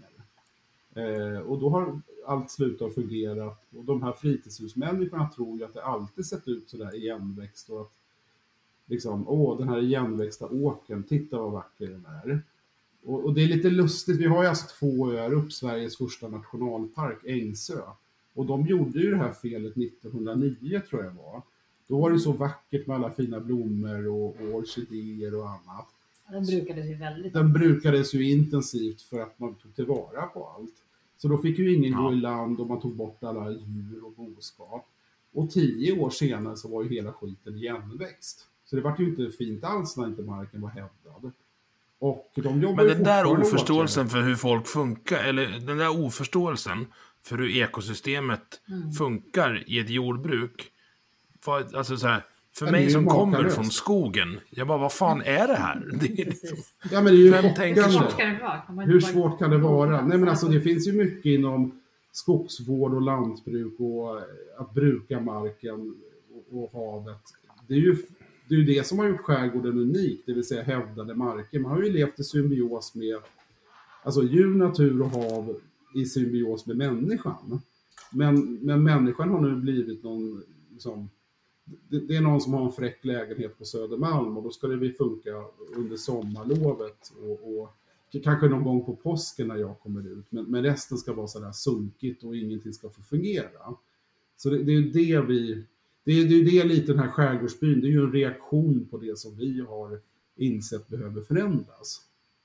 Eh, och då har allt slutat fungera och de här fritidshusmänniskorna tror ju att det alltid sett ut sådär igenväxt och att liksom, åh den här igenväxta åken, titta vad vacker den är. Och, och det är lite lustigt, vi har ju alltså två öar upp, Sveriges första nationalpark, Ängsö. Och de gjorde ju det här felet nittonhundranio tror jag var. Då var det så vackert med alla fina blommor och, och orkidéer och annat. Den brukades ju väldigt. Den brukades ju intensivt för att man tog tillvara på allt. Så då fick ju ingen ja. gå i land och man tog bort alla djur och boskap. Och tio år senare så var ju hela skiten igenväxt. Så det var ju inte fint alls när inte marken var hävdad. Och de jobbar Men den där oförståelsen för hur folk funkar, eller den där oförståelsen för hur ekosystemet mm. funkar i ett jordbruk. För, alltså så här, för mig som kommer löst. från skogen, jag bara, vad fan är det här? Det är liksom, ja, men det är ju hur svårt kan det vara? Hur svårt kan det vara? Nej, men alltså det finns ju mycket inom skogsvård och lantbruk och att bruka marken och, och havet. Det är ju det, är ju det som har gjort skärgården unik, det vill säga hävdade marker. Man har ju levt i symbios med alltså djur, natur och hav i symbios med människan. Men, men människan har nu blivit någon liksom, det, det är någon som har en fräck lägenhet på Södermalm och då ska det väl funka under sommarlovet och, och kanske någon gång på påsken när jag kommer ut. Men, men resten ska vara sådär sunkigt och ingenting ska få fungera. Så det, det är det vi... Det är, det är det lite den här skärgårdsbyn. Det är ju en reaktion på det som vi har insett behöver förändras.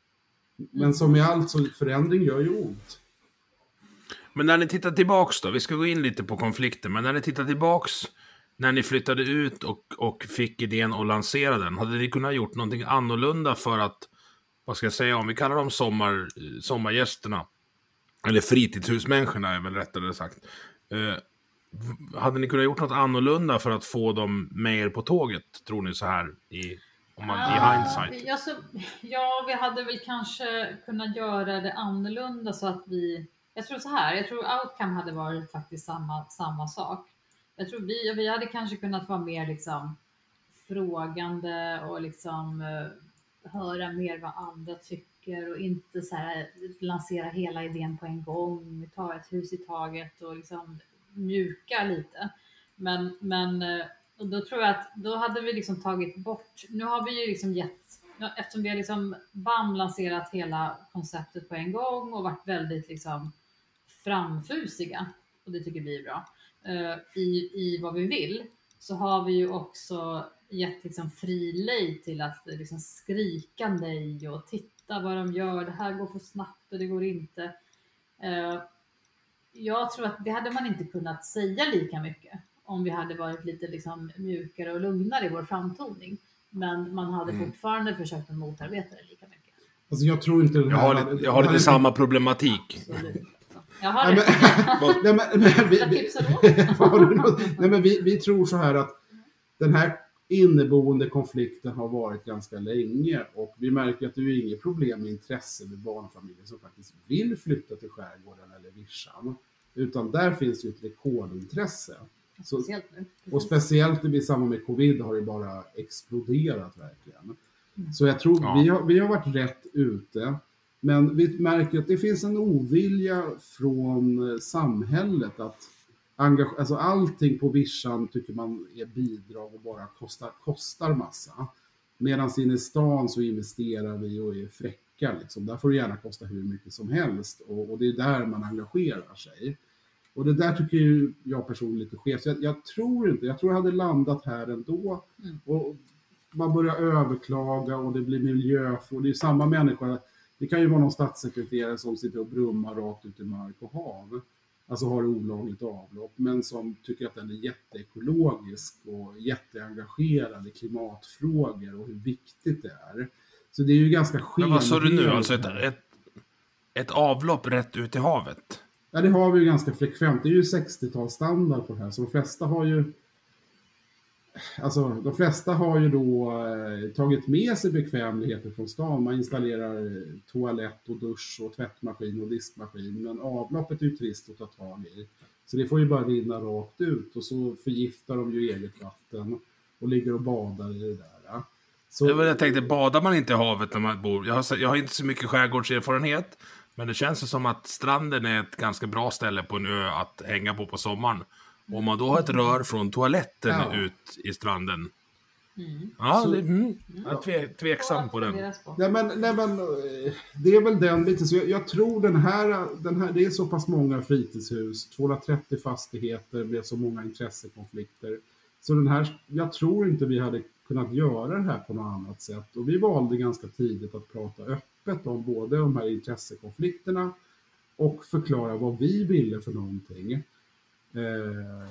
Men som i allt så förändring gör ju ont. Men när ni tittar tillbaks då, vi ska gå in lite på konflikten, men när ni tittar tillbaks när ni flyttade ut och, och fick idén att lansera den, hade ni kunnat gjort någonting annorlunda för att, vad ska jag säga, om vi kallar dem sommar, sommargästerna, eller fritidshusmänniskorna är väl rättare sagt, eh, hade ni kunnat gjort något annorlunda för att få dem med er på tåget, tror ni så här i, om man, ja, i hindsight? Vi, alltså, ja, vi hade väl kanske kunnat göra det annorlunda så att vi, jag tror så här, jag tror outcome hade varit faktiskt samma, samma sak. Jag tror vi, vi hade kanske kunnat vara mer liksom frågande och liksom uh, höra mer vad andra tycker och inte så här lansera hela idén på en gång, ta ett hus i taget och liksom mjuka lite. Men, men och då tror jag att då hade vi liksom tagit bort, nu har vi ju liksom gett, eftersom vi har liksom bam lanserat hela konceptet på en gång och varit väldigt liksom framfusiga, och det tycker vi är bra, uh, i, i vad vi vill, så har vi ju också gett liksom fri lejd till att liksom skrika nej och titta vad de gör, det här går för snabbt och det går inte. Uh, jag tror att det hade man inte kunnat säga lika mycket om vi hade varit lite liksom mjukare och lugnare i vår framtoning. Men man hade mm. fortfarande försökt att motarbeta det lika mycket. Alltså jag tror inte... Jag har lite, jag har lite samma problematik. Absolut. Jag har det. Nej, men, men, vi, vi, nej, men vi, vi tror så här att den här inneboende konflikten har varit ganska länge, och vi märker att det är inget problem med intresse med barnfamiljer som faktiskt vill flytta till skärgården eller vischan, utan där finns ju ett rekordintresse. Så, speciellt nu. och speciellt i samband med covid har det bara exploderat verkligen. Mm. Så jag tror ja. vi, har, vi har varit rätt ute, men vi märker att det finns en ovilja från samhället att engage- alltså allting på vischan tycker man är bidrag och bara kostar, kostar massa. Medan inne i stan så investerar vi och är fräcka. Liksom. Där får det gärna kosta hur mycket som helst. Och, och det är där man engagerar sig. Och det där tycker ju jag personligen lite skevt. Jag, jag tror inte, jag tror jag hade landat här ändå. Mm. Och man börjar överklaga och det blir miljöfrågor. Det är ju samma människa. Det kan ju vara någon statssekreterare som sitter och brummar rakt ut i mark och hav. Alltså har olagligt avlopp, men som tycker att den är jätteekologisk och jätteengagerad i klimatfrågor och hur viktigt det är. Så det är ju ganska skenande. Men vad sa du nu? Alltså ett, ett, ett avlopp rätt ut i havet? Ja, det har vi ju ganska frekvent. Det är ju sextiotalsstandard på det här. Så de flesta har ju Alltså de flesta har ju då eh, tagit med sig bekvämligheter från stan. Man installerar toalett och dusch och tvättmaskin och diskmaskin. Men avloppet är ju trist att ta tag i. Så det får ju bara rinna rakt ut. Och så förgiftar de ju eget vatten och ligger och badar i det där. Så... Jag, jag tänkte, badar man inte i havet när man bor? Jag har, jag har inte så mycket skärgårdserfarenhet. Men det känns som att stranden är ett ganska bra ställe på en ö att hänga på på sommaren. Om man då har ett rör från toaletten ja. ut i stranden. Mm. Ja, så, det, mm, jag är tve, tveksam på den. Nej men, nej, men det är väl den biten. Så jag, jag tror den här, den här, det är så pass många fritidshus, tvåhundratrettio fastigheter, det är så många intressekonflikter. Så den här, jag tror inte vi hade kunnat göra det här på något annat sätt. Och vi valde ganska tidigt att prata öppet om både de här intressekonflikterna och förklara vad vi ville för någonting. Eh,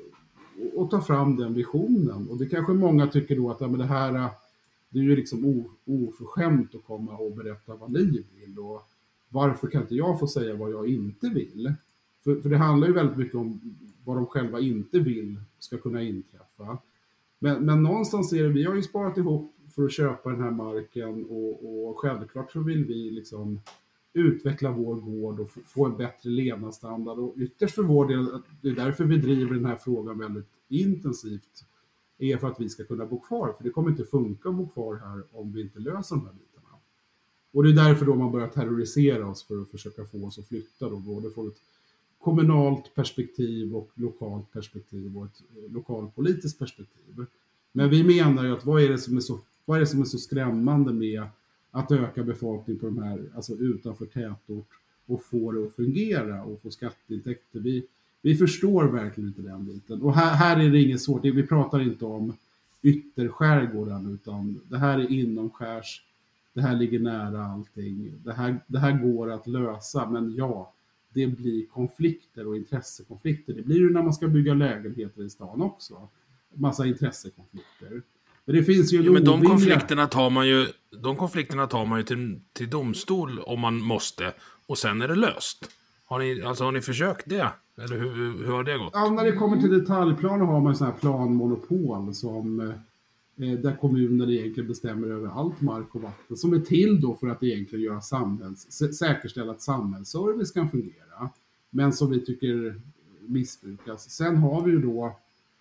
och ta fram den visionen. Och det kanske många tycker då att ja, men det här det är ju liksom o, oförskämt att komma och berätta vad ni vill, och varför kan inte jag få säga vad jag inte vill? För, för det handlar ju väldigt mycket om vad de själva inte vill ska kunna inträffa. Men, men någonstans är det, vi har ju sparat ihop för att köpa den här marken, och, och självklart så vill vi liksom utveckla vår gård och få en bättre levnadsstandard, och ytterst för vår del, det är därför vi driver den här frågan väldigt intensivt, är för att vi ska kunna bo kvar, för det kommer inte funka att bo kvar här om vi inte löser de här bitarna. Och det är därför då man börjar terrorisera oss för att försöka få oss att flytta då, både från ett kommunalt perspektiv och lokalt perspektiv och ett lokalpolitiskt perspektiv. Men vi menar ju att vad är det som är så, vad är det som är så skrämmande med att öka befolkningen på de här, alltså utanför tätort, och få det att fungera och få skatteintäkter. Vi, vi förstår verkligen inte den biten. Och här, här är det inget svårt. Vi pratar inte om ytterskärgården, utan det här är inomskärs. Det här ligger nära allting. Det här, det här går att lösa, men ja, det blir konflikter och intressekonflikter. Det blir ju när man ska bygga lägenheter i stan också. Massa intressekonflikter. Men det finns ju ja, men de konflikterna tar man ju, de konflikterna tar man ju till, till domstol om man måste, och sen är det löst. Har ni, alltså, har ni försökt det? Eller hur, hur har det gått? Ja, när det kommer till detaljplaner har man sån här planmonopol som, eh, där kommuner egentligen bestämmer över allt mark och vatten, som är till då för att egentligen göra samhälls, sä- säkerställa att samhällsservice kan fungera, men som vi tycker missbrukas. Sen har vi ju då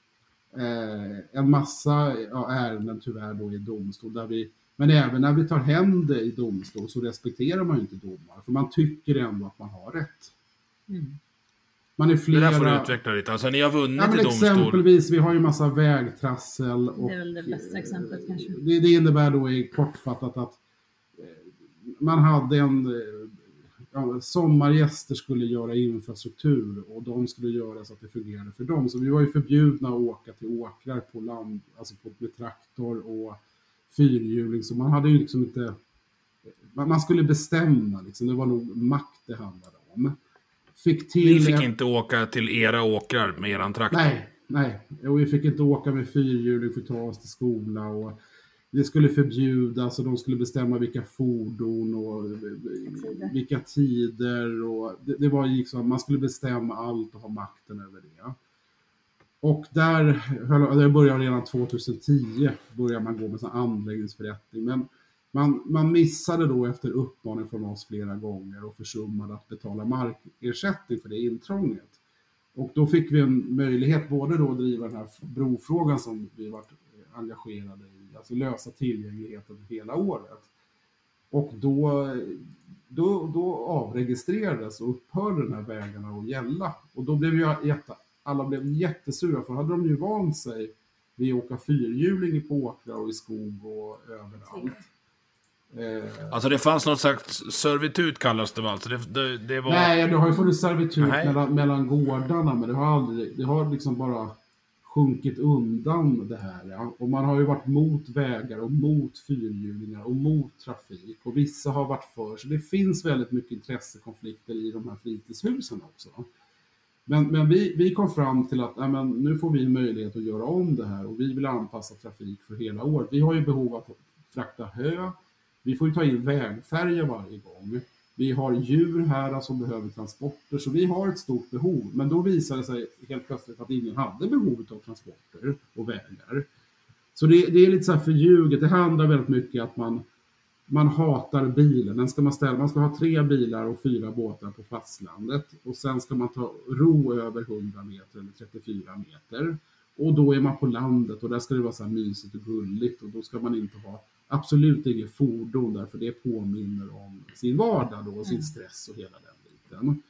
eh, en massa ja, ärenden tyvärr då i domstol, där vi, men även när vi tar hem det i domstol så respekterar man ju inte domar, för man tycker ändå att man har rätt. Mm. Man är flera... Det där får du utveckla lite. Alltså ni har vunnit Ja, men i domstol. exempelvis, vi har ju massa vägtrassel. Och, Det är väl det bästa exemplet kanske. Det, det innebär då i kortfattat att eh, man hade en... eh, Ja, sommargäster skulle göra infrastruktur och de skulle göra så att det fungerade för dem. Så vi var ju förbjudna att åka till åkrar på land, alltså på, med traktor och fyrhjuling. Så man hade ju liksom inte... Man, man skulle bestämma liksom, det var nog makt det handlade om. Fick till Ni fick en... inte åka till era åkrar med eran traktor. Nej, nej. Och vi fick inte åka med fyrhjuling för att ta oss till skola. Och det skulle förbjudas och de skulle bestämma vilka fordon och tider. vilka tider. Och det, det var liksom, man skulle bestämma allt och ha makten över det. Och där, det började redan tjugohundratio, började man gå med sån anläggningsförrättning. Men man, man missade då efter uppmaning från oss flera gånger och försummade att betala markersättning för det intrånget. Och då fick vi en möjlighet både då att driva den här brofrågan som vi varit engagerade i, alltså lösa tillgängligheten hela året. Och då, då, då avregistrerades och upphörde den här vägarna att gälla. Och då blev ju jätte, alla blev jättesura, för hade de ju vant sig vid att åka fyrhjuling på åkrar och i skog och överallt. Alltså det fanns något slags servitut kallas det, alltså det, det, det var... Nej, det har ju funnits servitut Nej. mellan, mellan gårdarna, men det har aldrig, det har liksom bara sjunkit undan det här. Ja. Och man har ju varit mot vägar och mot fyrhjulingar och mot trafik, och vissa har varit för, så det finns väldigt mycket intressekonflikter i de här fritidshusen också. Men, men vi, vi kom fram till att ja, men nu får vi möjlighet att göra om det här, och vi vill anpassa trafik för hela året. Vi har ju behov av att frakta hö. Vi får ju ta in vägfärger varje gång. Vi har djur här som behöver transporter, så vi har ett stort behov. Men då visade det sig helt plötsligt att ingen hade behov av transporter och vägar. Så det, det är lite så här förljuget. Det handlar väldigt mycket om att man, man hatar bilen. Den ska man, ställa, man ska ha tre bilar och fyra båtar på fastlandet. Och sen ska man ta ro över hundra meter eller trettiofyra meter. Och då är man på landet och där ska det vara så här mysigt och gulligt. Och då ska man inte ha absolut inget fordon där, för det påminner om sin vardag då, och sin stress och hela den biten.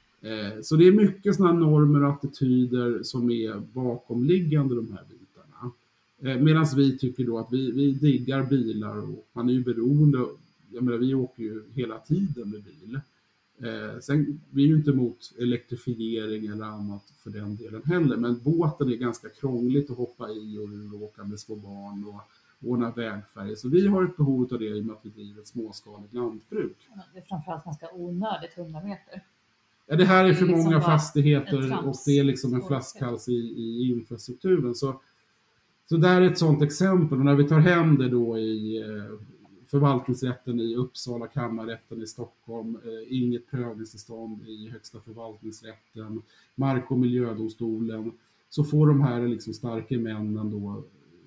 Eh, så det är mycket sådana normer och attityder som är bakomliggande de här bitarna. Eh, Medan vi tycker då att vi, vi diggar bilar, och man är ju beroende, jag menar vi åker ju hela tiden med bil. Eh, sen vi är ju inte emot elektrifiering eller annat för den delen heller, men båten är ganska krångligt att hoppa i och ur och åka med små barn och ordna vägfärger. Så vi har ett behov av det i och med att vi driver ett småskaligt lantbruk. Det är framförallt ganska onödigt hundra meter. Ja, det här är för Det är liksom många bara fastigheter en trams. och det är liksom en flaskhals i, i infrastrukturen. Så, så där är ett sådant exempel. Och när vi tar hem det då i eh, förvaltningsrätten i Uppsala, kammarrätten i Stockholm, eh, inget prövningstillstånd i högsta förvaltningsrätten, mark- och miljödomstolen, så får de här liksom starka männen då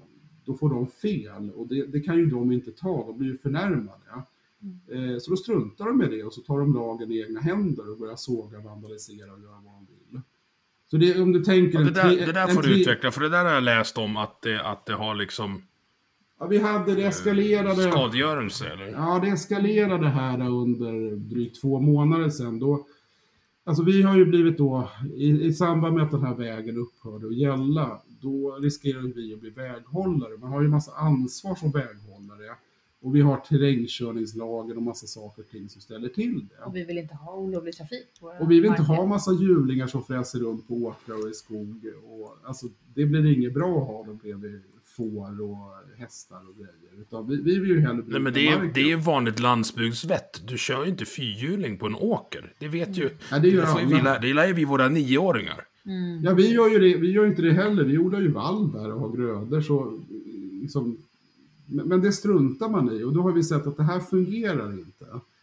då får de fel, och det, det kan ju de inte ta, de blir ju förnärmade. Mm. Eh, så då struntar de med det, och så tar de lagen i egna händer och börjar såga, vandalisera och göra vad de vill. Så det, om du tänker... Ja, det, där, tre, det där får du tre... utveckla, för det där har jag läst om att det, att det har liksom... Ja, vi hade det eskalerade... Skadegörelse, eller? Ja, det eskalerade här under drygt två månader sedan. Då, alltså vi har ju blivit då, i, i samband med att den här vägen upphörde att gälla, då riskerar vi att bli väghållare. Man har ju massa ansvar som väghållare. Och vi har terrängkörningslagen och massa saker och ting som ställer till det. Och vi vill inte ha olovlig trafik. Och vi vill inte ha massa hjulingar som fräser runt på åkrar och i skog. Och, alltså, det blir inget bra att ha dem bredvid får och hästar och grejer. Utan vi, vi vill ju hellre Nej, men det är, det är vanligt landsbygdsvett. Du kör ju inte fyrhjuling på en åker. Det vet ju. Ja, det gör det, vi, det lär ju vi våra nioåringar. Mm. Ja, vi gör ju det, vi gör inte det heller. Vi odlar ju vall där och har grödor. Så, liksom, men det struntar man i. Och då har vi sett att det här fungerar inte.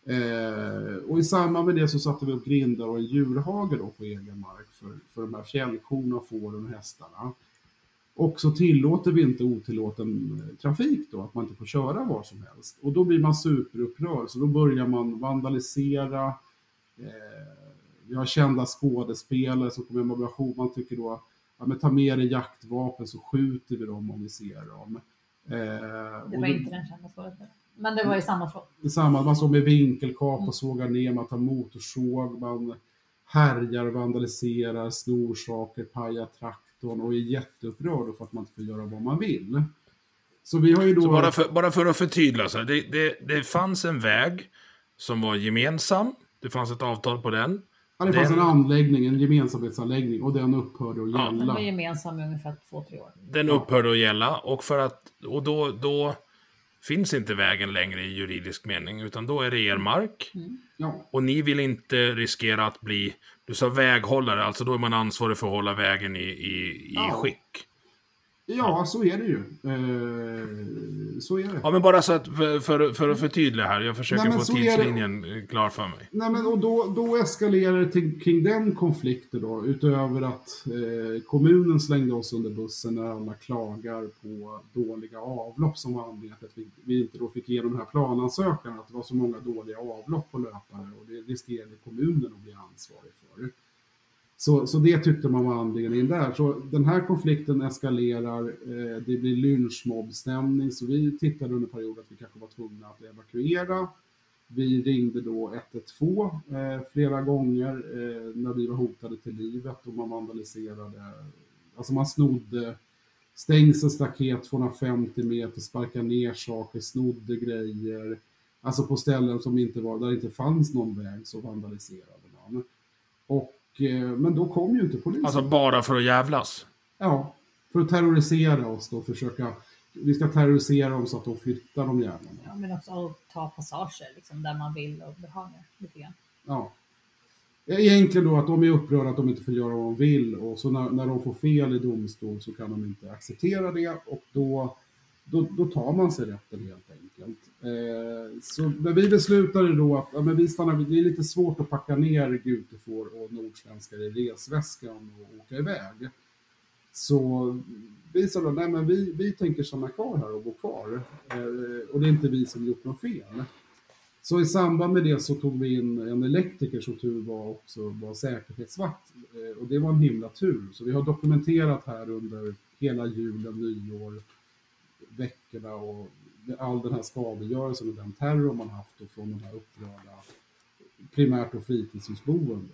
Eh, och i samband med det så satte vi upp grindar och en djurhage då på egen mark för, för de här fjällkorna, fåren och hästarna. Och så tillåter vi inte otillåten trafik då, att man inte får köra var som helst. Och då blir man superupprörd, så då börjar man vandalisera. Eh, vi har kända skådespelare som kommer med motivation. Man tycker då, ja, men ta med dig jaktvapen så skjuter vi dem om vi ser dem. Eh, det var inte den kända skådespelaren. Men det var i samma fråga. I samma, man står med vinkelkap och sågar ner, man tar motorsåg, man härjar, vandaliserar, snor saker, pajar traktorn och är jätteupprörd för att man inte får göra vad man vill. Så vi har ju då... Så bara, för, bara för att förtydliga, så det, det, det fanns en väg som var gemensam, det fanns ett avtal på den. Ja, det fanns den... en anläggning, en gemensamhetsanläggning, och den upphörde att gälla. Ja, den var gemensam i ungefär två, tre år. Den upphörde att gälla, och, för att, och då... då finns inte vägen längre i juridisk mening, utan då är det er mark. Mm. Ja. Och ni vill inte riskera att bli, du sa väghållare, alltså då är man ansvarig för att hålla vägen i, i, i ja. skick. Ja, så är det ju. Eh, så är det. Ja, men bara så att för, för, för att förtydliga här, jag försöker Nej, få tidslinjen klar för mig. Nej, men och då, då eskalerar det till, kring den konflikten då, utöver att eh, kommunen slängde oss under bussen när alla klagar på dåliga avlopp som var anledningen till att vi, vi inte då fick igenom den här planansökan, att det var så många dåliga avlopp på löpare, och det riskerade kommunen att bli ansvarig för. Så, så det tyckte man var anledningen där. Så den här konflikten eskalerar, eh, det blir lynchmobbstämning, så vi tittade under perioden att vi kanske var tvungna att evakuera. Vi ringde då ett ett två eh, flera gånger eh, när vi var hotade till livet, och man vandaliserade, alltså man snodde stängselstaket tvåhundrafemtio meter, sparkade ner saker, snodde grejer, alltså på ställen som inte var, där det inte fanns någon väg, så vandaliserade man. Och men då kom ju inte polisen. Alltså bara för att jävlas? Ja, för att terrorisera oss då, försöka, vi ska terrorisera dem så att de flyttar de jävlarna. Ja, men också att ta passager liksom, där man vill och behagar lite grann. Ja. Egentligen då att de är upprörda att de inte får göra vad de vill, och så när, när de får fel i domstol så kan de inte acceptera det, och då, då, då tar man sig rätten helt enkelt. Eh, så men vi beslutade då att ja, men vi stannar, det är lite svårt att packa ner gutefår och nordsvenskar i resväskan och åka iväg. Så vi sa då, nej men vi, vi tänker stanna kvar här och bo kvar. Eh, och det är inte vi som gjort något fel. Så i samband med det så tog vi in en elektriker som tur var också var säkerhetsvakt. Eh, och det var en himla tur. Så vi har dokumenterat här under hela julen, nyår, veckorna och all den här skadegörelsen och den terror man haft och från de här upprörda primärt och fritidshusboende.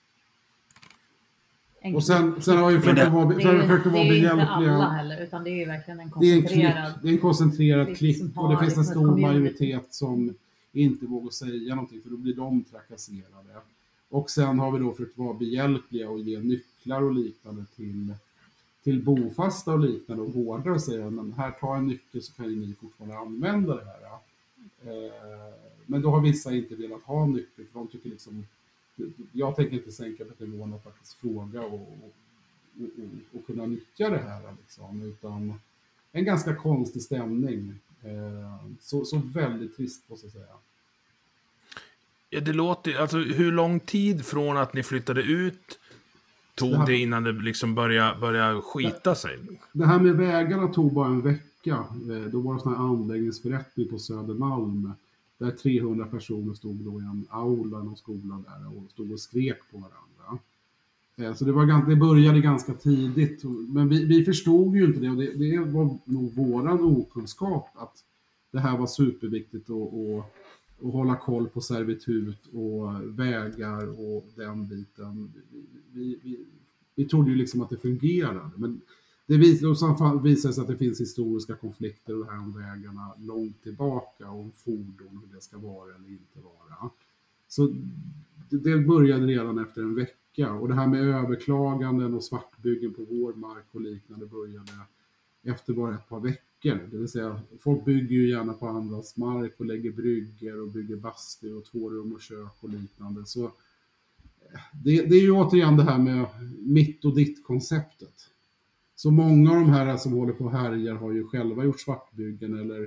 Och sen, sen har vi försökt att vara behjälpliga. Det är inte alla heller, utan det är verkligen en koncentrerad... Det är en koncentrerad klick, och det finns en liksom stor majoritet som inte vågar säga någonting, för då blir de trakasserade. Och sen har vi då försökt vara behjälpliga och ge nycklar och liknande till... till bofasta och liknande, och gårdar, och säger men här, ta en nyckel så kan ju ni fortfarande använda det här. Eh, men då har vissa inte velat ha nyckel, för de tycker liksom, jag tänker inte sänka på nivån att faktiskt fråga och, och, och, och kunna nyttja det här liksom, utan en ganska konstig stämning. Eh, så, så väldigt trist, måste jag säga. Ja, det låter, alltså hur lång tid från att ni flyttade ut tog det, här, det innan det liksom började, började skita sig? Det här med vägarna tog bara en vecka. Då var det en sån här anläggningsförrättning på Södermalm, där trehundra personer stod då i en aula, någon skola där, och stod och skrek på varandra. Så det, var, det började ganska tidigt, men vi, vi förstod ju inte det, och det, det var nog våran okunskap att det här var superviktigt att, att, att hålla koll på servitut och vägar och den biten. Vi, vi, vi trodde ju liksom att det fungerade, men det visade, visade sig att det finns historiska konflikter och det här om vägarna långt tillbaka, och om fordon, hur det ska vara eller inte vara. Så det, det började redan efter en vecka, och det här med överklaganden och svartbyggen på vår mark och liknande började efter bara ett par veckor. Det vill säga, folk bygger ju gärna på andras mark och lägger brygger och bygger bastu och tvårum och kök och liknande. Så det, det är ju återigen det här med mitt och ditt konceptet. Så många av de här som håller på och härjar har ju själva gjort svartbyggen eller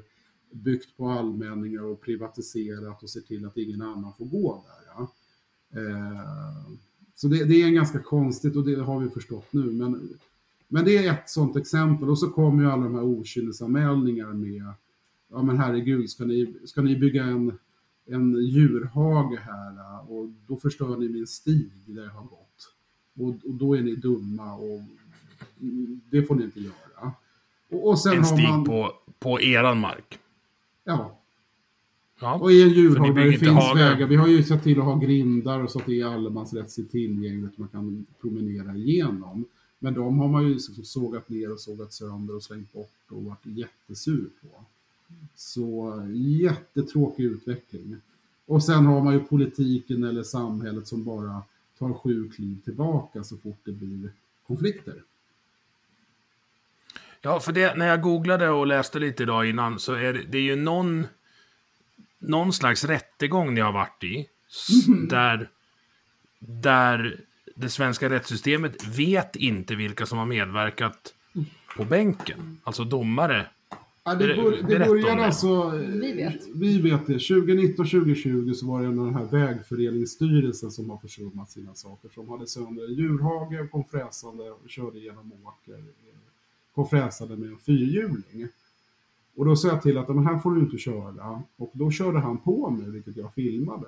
byggt på allmänningar och privatiserat och ser till att ingen annan får gå där. Ja. Eh, så det, det är ganska konstigt och det har vi förstått nu. Men, men det är ett sånt exempel. Och så kommer ju alla de här okynnesanmälningar med, ja men herregud, ska ni, ska ni bygga en, en djurhage här och då förstör ni min stig där jag har gått. Och, och då är ni dumma och det får ni inte göra. Och, och sen en stig har man, på, på eran mark. Ja. Ja. Och i en djurhage där det finns hagar. vägar. Vi har ju sett till att ha grindar så att det är allemansrättsligt tillgängligt man kan promenera igenom. Men de har man ju liksom sågat ner och sågat sönder och slängt bort och varit jättesur på. Så jättetråkig utveckling. Och sen har man ju politiken eller samhället som bara tar sju kliv tillbaka så fort det blir konflikter. Ja, för det, när jag googlade och läste lite idag innan så är det, det är ju någon, någon slags rättegång ni har varit i mm. där, där det svenska rättssystemet vet inte vilka som har medverkat på bänken. Alltså domare. Ja, det bör, det började alltså, vi vet. vi vet det, tjugonitton tjugo så var det den här vägföreningsstyrelsen som har försummat sina saker. Som hade sönder en djurhage och kom fräsande och körde genom åker. Kom fräsande med en fyrhjuling. Och då sa jag till att men här får du inte köra. Och då körde han på mig, vilket jag filmade.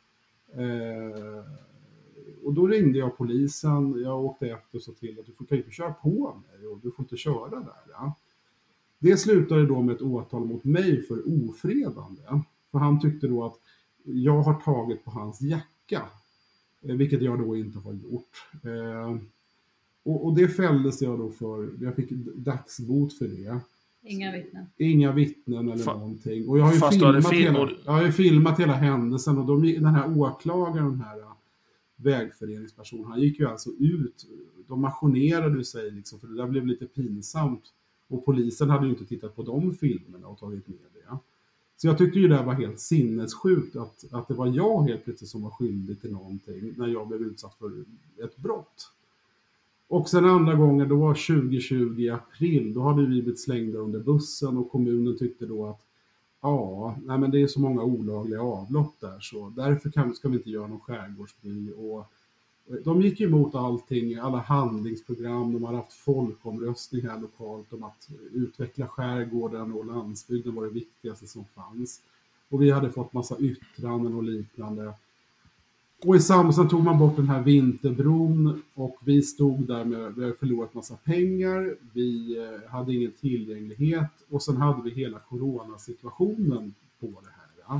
Eh, och då ringde jag polisen. Jag åkte efter och sa till att du får inte köra på mig och du får inte köra där. Ja. Det slutade då med ett åtal mot mig för ofredande. För han tyckte då att jag har tagit på hans jacka. Vilket jag då inte har gjort. Eh, och, och det fälldes jag då för. Jag fick dagsbot för det. Inga vittnen. Inga vittnen eller Fa- någonting. Och jag har ju Fast filmat, film- hela, och... jag har ju filmat hela händelsen. Och de, den här åklagaren, den här vägföreningspersonen, han gick ju alltså ut. De maskinerade sig liksom, för det där blev lite pinsamt. Och polisen hade ju inte tittat på de filmerna och tagit med det. Så jag tyckte ju det var helt sinnessjukt att, att det var jag helt plötsligt som var skyldig till någonting när jag blev utsatt för ett brott. Och sen andra gången, då var tjugo tjugo i april, då hade vi blivit slängda under bussen och kommunen tyckte då att ja, nej men det är så många olagliga avlopp där så därför kan, ska vi inte göra någon skärgårdsby. Och de gick emot allting, alla handlingsprogram, de har haft folkomröstning här lokalt om att utveckla skärgården och landsbygden var det viktigaste som fanns. Och vi hade fått massa yttranden och liknande. Och i samband tog man bort den här vinterbron och vi stod där med, vi hade förlorat massa pengar, vi hade ingen tillgänglighet och sen hade vi hela coronasituationen på det här. Ja.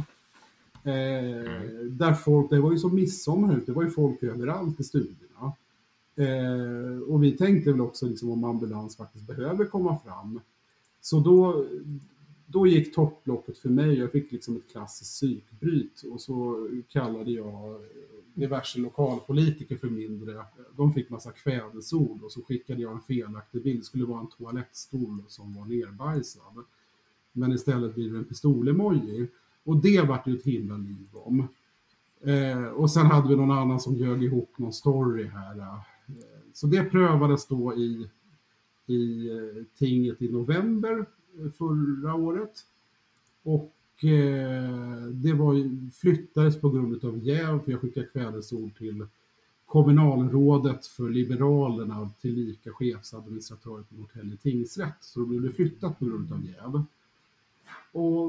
Eh, där folk, det var ju så midsommar ut, det var ju folk överallt i studierna. Eh, och vi tänkte väl också liksom, om ambulans faktiskt behöver komma fram. Så då, då gick topploppet för mig, jag fick liksom ett klassiskt psykbryt och så kallade jag diverse lokalpolitiker för mindre. De fick massa kvädesord och så skickade jag en felaktig bild, det skulle vara en toalettstol som var nerbajsad. Men istället blir det en pistolemoji. Och det var ju ett himla liv om. Eh, och sen hade vi någon annan som ljög ihop någon story här. Eh, så det prövades då i, i eh, tinget i november förra året. Och eh, det var ju, flyttades på grund av jäv. För jag skickade kvädesord till kommunalrådet för Liberalerna till lika chefsadministratör på Norrtälje tingsrätt. Så då blev det flyttat på grund av jäv. Och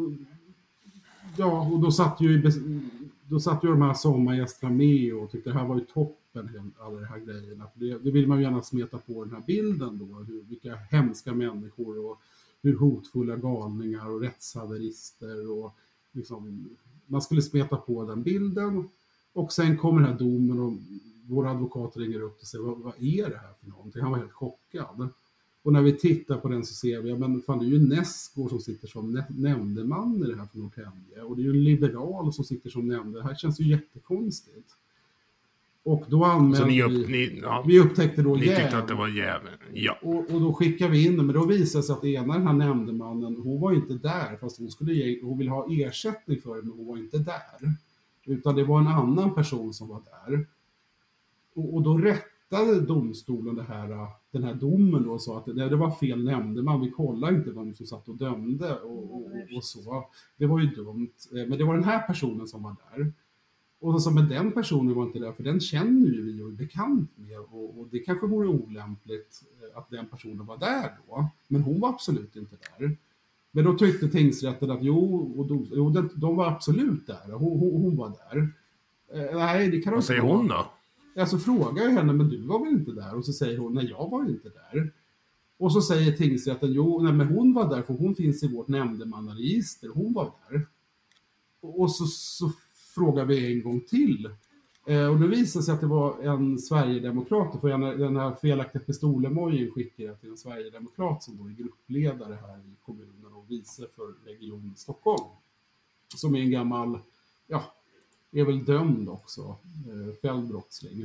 ja, och då satt ju, då satt ju de här sommargästerna med och tyckte det här var ju toppen, alla de här grejerna. För det, det vill man ju gärna smeta på den här bilden då, hur, vilka hemska människor och hur hotfulla galningar och rättshaverister och liksom, man skulle smeta på den bilden. Och sen kommer den här domen och våra advokater ringer upp och säger, vad, vad är det här för någonting? Han var helt chockad. Och när vi tittar på den så ser vi, ja men fan det är ju Näsgård som sitter som nä- nämndeman i det här för Norrtälje. Och det är ju en liberal som sitter som nämnde. Det här känns ju jättekonstigt. Och då anmälde så ni upp, vi, ni, ja, vi upptäckte då ni jäv. tyckte att det var jäv. Ja. Och, och då skickade vi in det, men då visade sig att ena den här nämndemannen, hon var inte där. Fast hon, skulle ge, hon ville ha ersättning för det, men hon var inte där. Utan det var en annan person som var där. Och, och då rättade domstolen det här, den här domen då och sa att det, det var fel nämndeman. Vi kollade inte vem som satt och dömde och, och, och så. Det var ju dumt. Men det var den här personen som var där. Och så, men den personen var inte där, för den känner ju vi och är bekant med. Och, och det kanske vore olämpligt att den personen var där då. Men hon var absolut inte där. Men då tyckte tingsrätten att jo, och de, jo de, de var absolut där. Hon, hon, hon var där. Eh, nej, det kan Vad säger hon då? Så frågar jag henne, men du var väl inte där? Och så säger hon, nej jag var inte där. Och så säger tingsrätten, jo, nej men hon var där för hon finns i vårt nämndemannaregister. Hon var där. Och så, så frågar vi en gång till. Eh, och det visade sig att det var en Sverigedemokrat. För den här felaktiga pistolemojen skickade jag till en Sverigedemokrat som då är gruppledare här i kommunen och vice för Region Stockholm. Som är en gammal, ja, är väl dömd också. Eh, fälldbrottsling.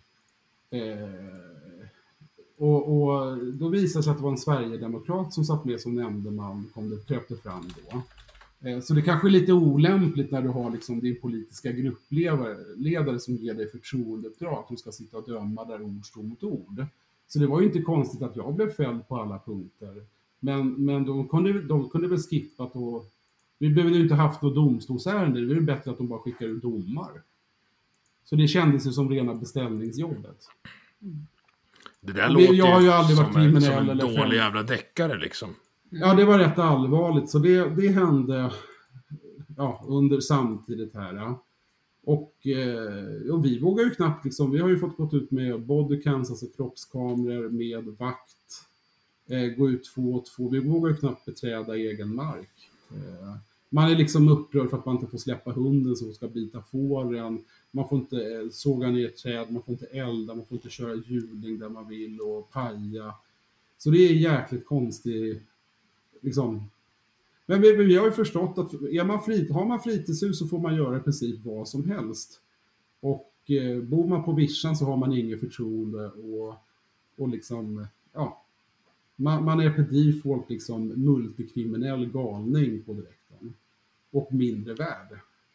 Eh, och, och då visade sig att det var en Sverigedemokrat som satt med som nämndeman, kom det kröpte fram då. Så det kanske är lite olämpligt när du har liksom din politiska gruppledare som ger dig förtroendeuppdrag som ska sitta och döma där ord står mot ord. Så det var ju inte konstigt att jag blev fälld på alla punkter. Men, men de, kunde, de kunde väl skippat och vi behövde ju inte haft något domstolsärende. Det är ju bättre att de bara skickar ut domar. Så det kändes ju som rena beställningsjobbet. Det där och låter jag har ju aldrig varit som, en, som kriminell en eller dålig fem. jävla deckare liksom. Ja, det var rätt allvarligt. Så det, det hände ja, under samtidigt här. Ja. Och, eh, och vi vågar ju knappt, liksom, vi har ju fått gått ut med bodycams, alltså kroppskameror med vakt. Eh, gå ut två och två. Vi vågar ju knappt beträda egen mark. Eh, man är liksom upprörd för att man inte får släppa hunden som ska bita fåren. Man får inte eh, såga ner träd, man får inte elda, man får inte köra hjuling där man vill och paja. Så det är jäkligt konstigt. Liksom. Men vi, vi har ju förstått att är man frit, har man fritidshus så får man göra i princip vad som helst. Och eh, bor man på vischan så har man ingen förtroende och, och liksom, ja, man, man är per default liksom multikriminell galning på direkten. Och mindre värd.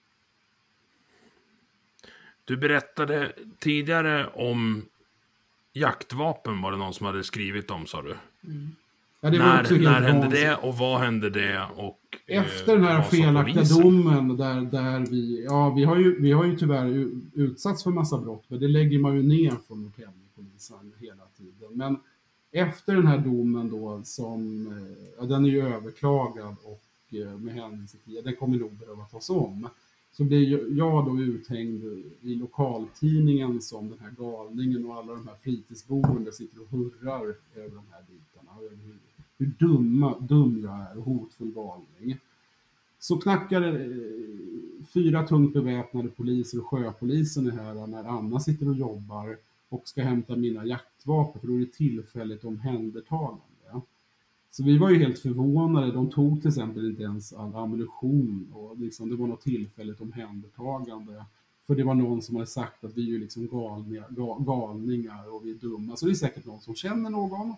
Du berättade tidigare om jaktvapen, var det någon som hade skrivit om, sa du? Mm. Ja, det var när när hände vansinnigt. det och vad hände det? Och, Efter eh, den här vad sa felaktiga polisen? domen där, där vi, ja vi har, ju, vi har ju tyvärr u- utsatts för massa brott, men det lägger man ju ner från Norrtäljepolisen hela tiden. Men efter den här domen då som, eh, ja, den är ju överklagad och eh, med hänvisning till, den kommer nog behöva tas om. Så blir ju jag då uthängd i lokaltidningen som den här galningen och alla de här fritidsboende sitter och hurrar över de här bitarna. Och över hur, hur dumma, dum jag är och hotfull galning. Så knackar eh, fyra tungt beväpnade poliser och sjöpolisen är här när Anna sitter och jobbar och ska hämta mina jaktvapen, för då är det tillfälligt omhändertagande. Så vi var ju helt förvånade. De tog till exempel inte ens all ammunition och liksom, det var något tillfälligt omhändertagande. För det var någon som hade sagt att vi är ju liksom galningar, galningar och vi är dumma. Så det är säkert någon som känner någon.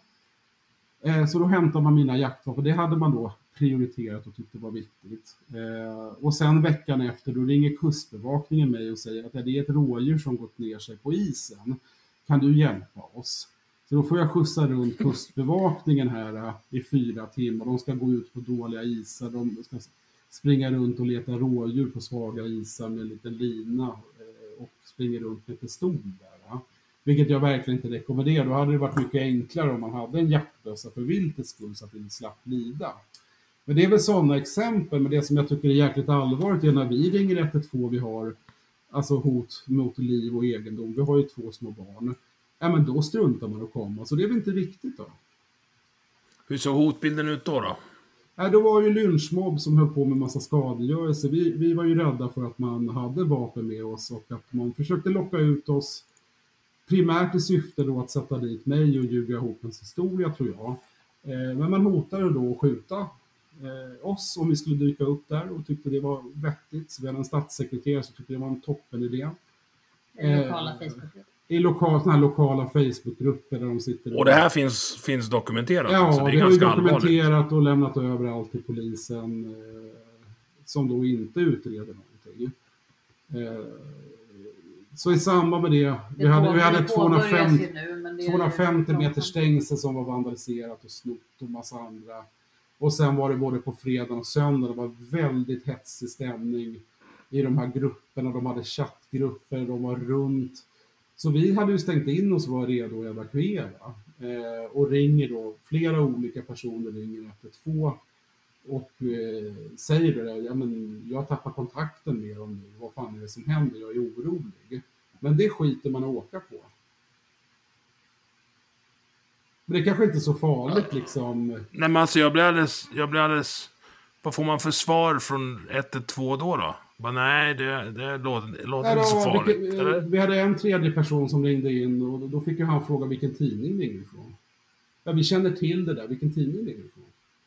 Eh, så då hämtar man mina jaktvapen. Det hade man då prioriterat och tyckte var viktigt. Eh, och sen veckan efter då ringer kustbevakningen mig och säger att det är ett rådjur som gått ner sig på isen. Kan du hjälpa oss? Så då får jag skjutsa runt kustbevakningen här i fyra timmar. De ska gå ut på dåliga isar. De ska springa runt och leta rådjur på svaga isar med en liten lina. Och springa runt med pistol där. Vilket jag verkligen inte rekommenderar. Då hade det varit mycket enklare om man hade en jaktbössa för viltets skull så att det inte slapp lida. Men det är väl sådana exempel. Men det som jag tycker är jäkligt allvarligt är när vi ringer ett ett två vi har alltså hot mot liv och egendom. Vi har ju två små barn. Ja, men då struntar man att komma. Så det är väl inte viktigt då. Hur såg hotbilden ut då då? Ja, då var ju lynchmobb som höll på med massa skadegörelse. Vi, vi var ju rädda för att man hade vapen med oss och att man försökte locka ut oss primärt i syfte då att sätta dit mig och ljuga ihop en historia, tror jag. Eh, men man hotade då att skjuta eh, oss om vi skulle dyka upp där och tyckte det var vettigt. Så vi hade en statssekreterare som tyckte det var en toppen idé. I lokala eh, Facebookgrupper. I lokal, såna här lokala Facebookgrupper där de sitter. Och det här finns, finns dokumenterat? Ja, så det är det har ju ganska dokumenterat allvarligt. och lämnat över allt till polisen eh, som då inte utreder någonting. Eh, så i samband med det, det vi hade, vi hade tvåhundrafem... tvåhundrafemtio... Nu, men men det är tvåhundrafemtio ju- meter stängsel som var vandaliserat och snott och massa andra. Och sen var det både på fredag och söndag, det var väldigt hetsig stämning i de här grupperna. De hade chattgrupper, de var runt. Så vi hade ju stängt in oss och var redo att evakuera. Eh, och ringer då, flera olika personer ringer ett ett två och eh, säger det, ja, men jag tappar kontakten med dem nu, vad fan är det som händer, jag är orolig. Men det skiter man att åka på. Men det kanske inte är så farligt liksom. Nej, men alltså jag blir alldeles... Jag blir alldeles... Vad får man för svar från ett ett två då då? Bara, nej, det, det låter, det låter Ja, inte så då, farligt. vilken, eller? vi hade en tredje person som ringde in och då fick ju han fråga vilken tidning det är ifrån. Ja, vi känner till det där, vilken tidning det är ifrån.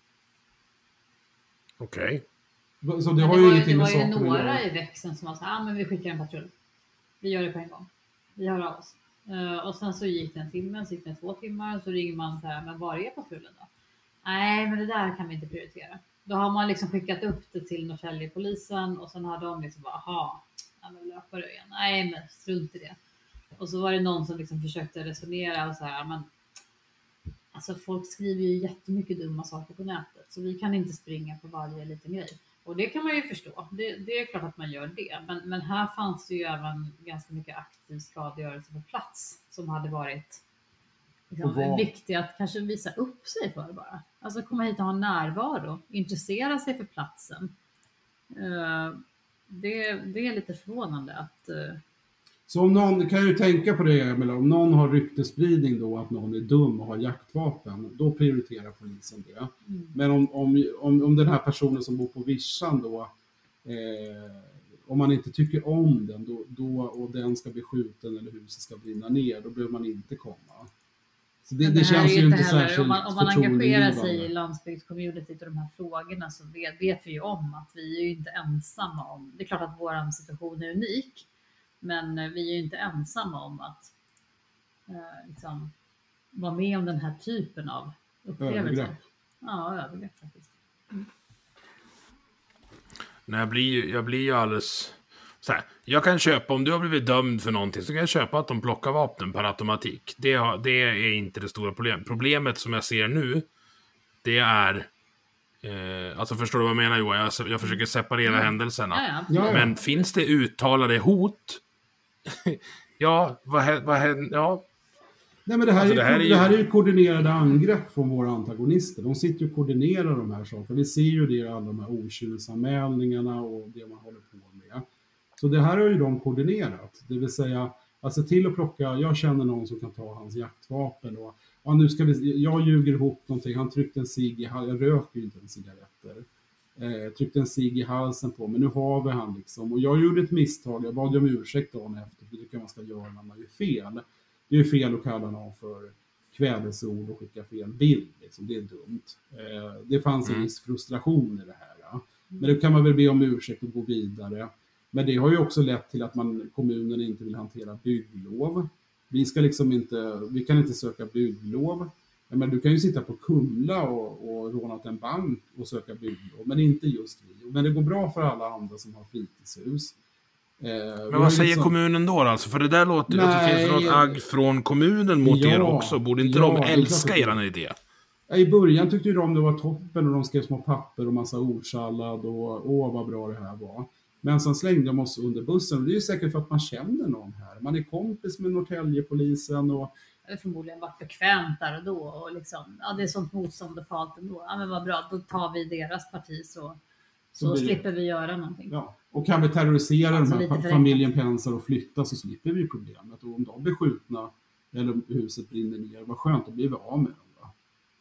Okej. Så det Men har det ju var ju, ingenting det med var ju saken att några göra. i växeln som var så här, ah, men vi skickar en patrull. Vi gör det på en gång. Vi hör av oss. Uh, och sen så gick det en timme, så gick det två timmar och så ringer man så här, men var är patrullen då? Nej, men det där kan vi inte prioritera. Då har man liksom skickat upp det till Norrtäljepolisen och sen har de liksom bara, aha, ja, men löpare igen. Nej, men strunt i det. Och så var det någon som liksom försökte resonera och så här, men alltså folk skriver ju jättemycket dumma saker på nätet, så vi kan inte springa på varje liten grej. Och det kan man ju förstå. Det, det är klart att man gör det. Men, men här fanns det ju även ganska mycket aktiv skadegörelse på plats som hade varit liksom, Och vad? viktigt att kanske visa upp sig för bara. Alltså komma hit och ha närvaro, intressera sig för platsen. Uh, det, det är lite förvånande att... Uh, Så om någon, kan ju tänka på det, Emil, om någon har ryktespridning då att någon är dum och har jaktvapen, då prioriterar polisen det. mm. Men om, om, om, om den här personen som bor på Vischan då, eh, om man inte tycker om den då, då, och den ska bli skjuten eller huset ska brinna ner, då behöver man inte komma. Så det, Men det, det här känns är ju inte inte heller, särskilt om man, om man engagerar förtroendeingivande. sig i landsbygdscommunityt och de här frågorna så vet, vet vi ju om att vi är ju inte ensamma om, det är klart att vår situation är unik, men vi är ju inte ensamma om att eh, liksom, vara med om den här typen av upplevelser. Övergrepp. Ja, övergrepp faktiskt. Mm. Nej, jag blir ju, jag blir ju alldeles... Så här, jag kan köpa, om du har blivit dömd för någonting, så kan jag köpa att de plockar vapnen per automatik. Det, har, det är inte det stora problemet. Problemet som jag ser nu, det är... Eh, alltså förstår du vad jag menar, Johan? Jag, jag försöker separera Mm. händelserna. Ja, ja, absolut. Ja, ja. Men finns det uttalade hot? ja, vad händer? Vad ja. Nej, men det här, Alltså, är, det ju, här är det ju- här är ju koordinerade angrepp från våra antagonister. De sitter ju och koordinerar de här sakerna. Vi ser ju det i alla de här okynnesanmälningarna och det man håller på med. Så det här har ju de koordinerat. Det vill säga, alltså till att plocka, jag känner någon som kan ta hans jaktvapen och ja, nu ska vi, jag ljuger ihop någonting, han tryckte en cigg i halsen, jag röker ju inte en cigaretter. Eh, tryckte en cigg i halsen på, men nu har vi han liksom. Och jag gjorde ett misstag, jag bad ju om ursäkt dagen efter, för det tycker jag man ska göra när man gör fel. Det är ju fel att kalla någon för kvädesord och skicka fel bild, liksom. Det är dumt. Eh, det fanns en Mm. viss frustration i det här. Ja. Men då kan man väl be om ursäkt och gå vidare. Men det har ju också lett till att man, kommunen inte vill hantera bygglov. Vi ska liksom inte, vi kan inte söka bygglov. Men du kan ju sitta på Kumla och, och rånat en bank och söka bygglov, men inte just vi. Men det går bra för alla andra som har fritidshus. Eh, vi Men har vad ju säger liksom- kommunen då alltså? För det där låter ju... Alltså, finns det Nej. något agg från kommunen mot Ja, er också? Borde inte ja, de det är klart älska att- eran idé? Ja, i början tyckte ju de det var toppen och de skrev små papper och massa ordsallad och åh vad bra det här var. Men sen slängde de oss under bussen och det är ju säkert för att man känner någon här. Man är kompis med Norrtäljepolisen och Det har förmodligen varit bekvämt där och då och liksom, ja, det är sånt motstånd och halt ändå. Ja, men vad bra, då tar vi deras parti så, så, Så blir det- slipper vi göra någonting. ja, och kan vi terrorisera Alltså, den lite här för familjen Pensar och flytta så slipper vi problemet. Och om de blir skjutna eller om huset brinner ner, vad skönt, då blir vi av med dem. Va?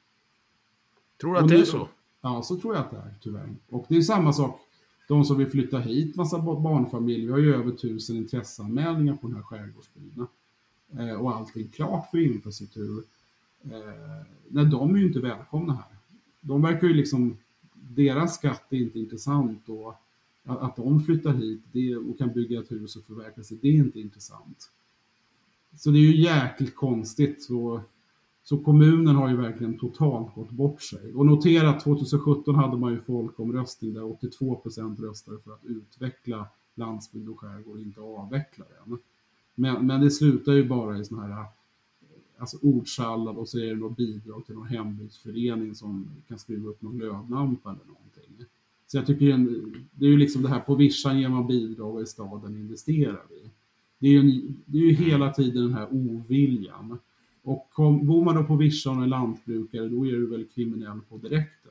Tror du att Och det nu- är så? Ja, så tror jag att det är, tyvärr. Och det är samma sak, de som vill flytta hit, massa ba- barnfamiljer, vi har ju över tusen intresseanmälningar på den här skärgårdsbyarna. Eh, och allting klart för infrastruktur. Eh, nej, de är ju inte välkomna här. De verkar ju liksom, deras skatt är inte intressant och att, att de flyttar hit det, och kan bygga ett hus och förverkliga sig, det är inte intressant. Så det är ju jäkligt konstigt. Så, så kommunen har ju verkligen totalt gått bort sig. Och notera att tjugohundrasjutton hade man ju folkomröstning där åttiotvå procent röstade för att utveckla landsbygd och skärgård och inte avveckla den. Men, men det slutar ju bara i såna här alltså ordsallad och så är det något bidrag till någon hembygdsförening som kan skriva upp någon glödlampa eller någonting. Så jag tycker en, det är ju liksom det här, på vischan ger man bidrag och i staden investerar vi. Det är ju, en, det är ju hela tiden den här oviljan. Och kom, bor man då på vischan och är lantbrukare, då är du väl kriminell på direkten.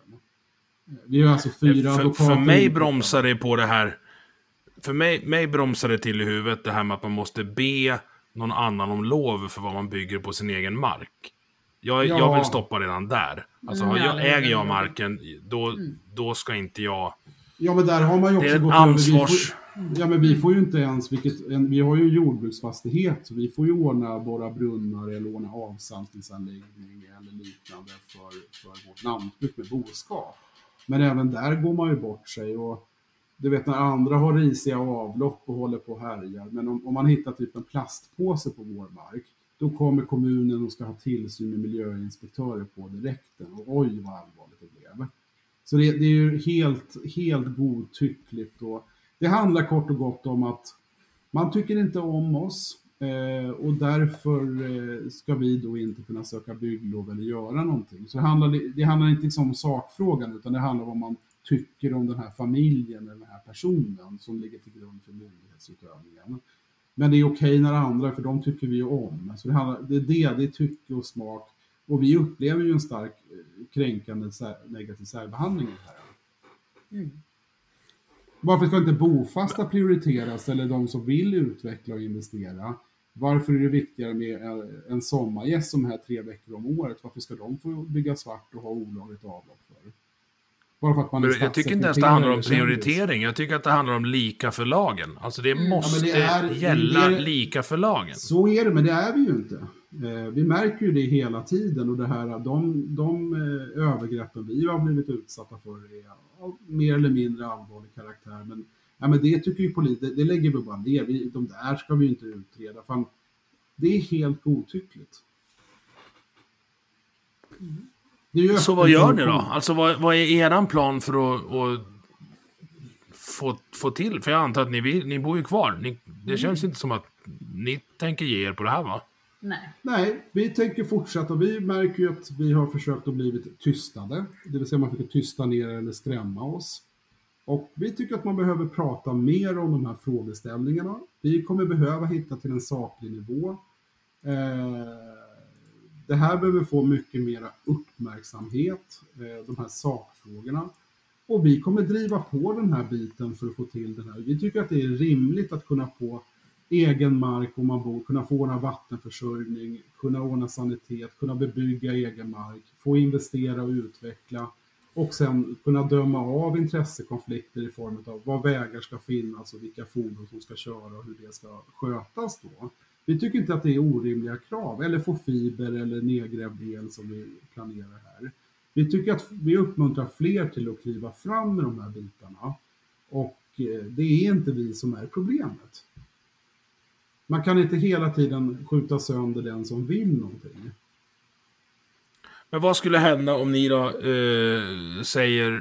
Vi har alltså fyra för, advokater. för mig bromsar det på det här. För mig, mig bromsar det till i huvudet det här med att man måste be någon annan om lov för vad man bygger på sin egen mark. Jag, Ja. jag vill stoppa redan där. Alltså, Mm, jag, ja, äger jag ja. marken, då, Mm. då ska inte jag... Ja, men där har man ju också Det är ett gått ansvars... över. Vi får, ja, men vi får ju inte ens, vilket, en, vi har ju en jordbruksfastighet, så vi får ju ordna våra brunnar eller ordna avsaltningsanläggning eller liknande för, för vårt lantbruk med boskap. Men även där går man ju bort sig, och du vet när andra har risiga avlopp och håller på och härjar. Men om, om man hittar typ en plastpåse på vår mark, då kommer kommunen och ska ha tillsyn med miljöinspektörer på direkten. Och oj vad allvarligt det blev. Så det, det är ju helt, helt godtyckligt. Och det handlar kort och gott om att man tycker inte om oss. Eh, och därför eh, ska vi då inte kunna söka bygglov eller göra någonting. Så det handlar, det handlar inte liksom om sakfrågan, utan det handlar om vad man tycker om den här familjen eller den här personen som ligger till grund för myndighetsutövningen. Men det är okej när andra, för de tycker vi ju om. Så det, handlar, det är det, det är tycke och smak. Och vi upplever ju en stark kränkande negativ särbehandling här. Mm. Varför ska inte bofasta prioriteras, eller de som vill utveckla och investera? Varför är det viktigare med en sommargäst som är här tre veckor om året? Varför ska de få bygga svart och ha olagligt avlopp för? Bara för att man är Jag tycker inte ens det handlar om prioritering. Jag tycker att det handlar om lika för lagen. Alltså det måste Ja, det är, gälla det är, lika för lagen. Så är det, men det är vi ju inte. Eh, vi märker ju det hela tiden, och det här, de, de eh, övergreppen vi har blivit utsatta för är av mer eller mindre allvarlig karaktär. Men, ja, men det tycker ju polisen, det, det lägger vi bara ner. Vi, de där ska vi inte utreda. Fan, det är helt godtyckligt. Mm. Så vad gör ni då? Alltså vad, vad är eran plan för att, att få, få till? För jag antar att ni, vill, ni bor ju kvar. Ni, det mm. känns inte som att ni tänker ge er på det här, va? Nej. Nej, vi tänker fortsätta. Vi märker ju att vi har försökt att bli tystade. Det vill säga man försöker tysta ner eller skrämma oss. Och vi tycker att man behöver prata mer om de här frågeställningarna. Vi kommer behöva hitta till en saklig nivå. Eh, Det här behöver få mycket mer uppmärksamhet, de här sakfrågorna. Och vi kommer driva på den här biten för att få till den här. Vi tycker att det är rimligt att kunna få egen mark om man bor, kunna få ordna vattenförsörjning, kunna ordna sanitet, kunna bebygga egen mark, få investera och utveckla. Och sen kunna döma av intressekonflikter i form av vad vägar ska finnas och vilka fordon som ska köra och hur det ska skötas då. Vi tycker inte att det är orimliga krav, eller få fiber eller nedgrävd el som vi planerar här. Vi tycker att vi uppmuntrar fler till att kliva fram med de här bitarna. Och det är inte vi som är problemet. Man kan inte hela tiden skjuta sönder den som vill någonting. Men vad skulle hända om ni då eh, säger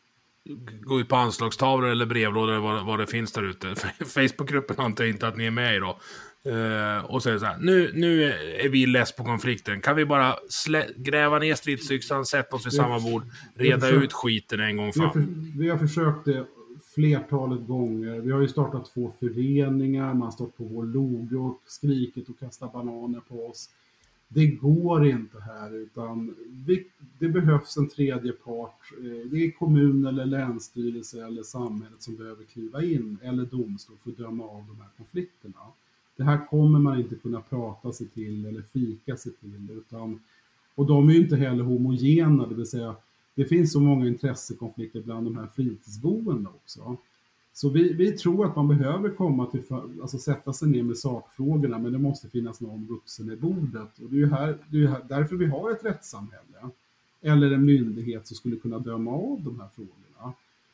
gå ut på anslagstavlor eller brevlådor eller vad, vad det finns där ute. Facebookgruppen antar jag inte att ni är med i då. Uh, och säger så här, nu, nu är vi less på konflikten. Kan vi bara slä, gräva ner stridsyxan, sätta oss vid vi samma bord, reda försökt, ut skiten en gång vi har, för, fram. vi har försökt det flertalet gånger. Vi har ju startat två föreningar, man har stått på vår logo och skrikit och kastat bananer på oss. Det går inte här, utan vi, det behövs en tredje part. Det är kommun eller länsstyrelse eller samhället som behöver kliva in, eller domstol för att döma av de här konflikterna. Det här kommer man inte kunna prata sig till eller fika sig till. Utan, och de är ju inte heller homogena, det vill säga det finns så många intressekonflikter bland de här fritidsboende också. Så vi, vi tror att man behöver komma till, alltså sätta sig ner med sakfrågorna, men det måste finnas någon vuxen i bordet. Och det är ju här, det är därför vi har ett rättssamhälle. Eller en myndighet som skulle kunna döma av de här frågorna.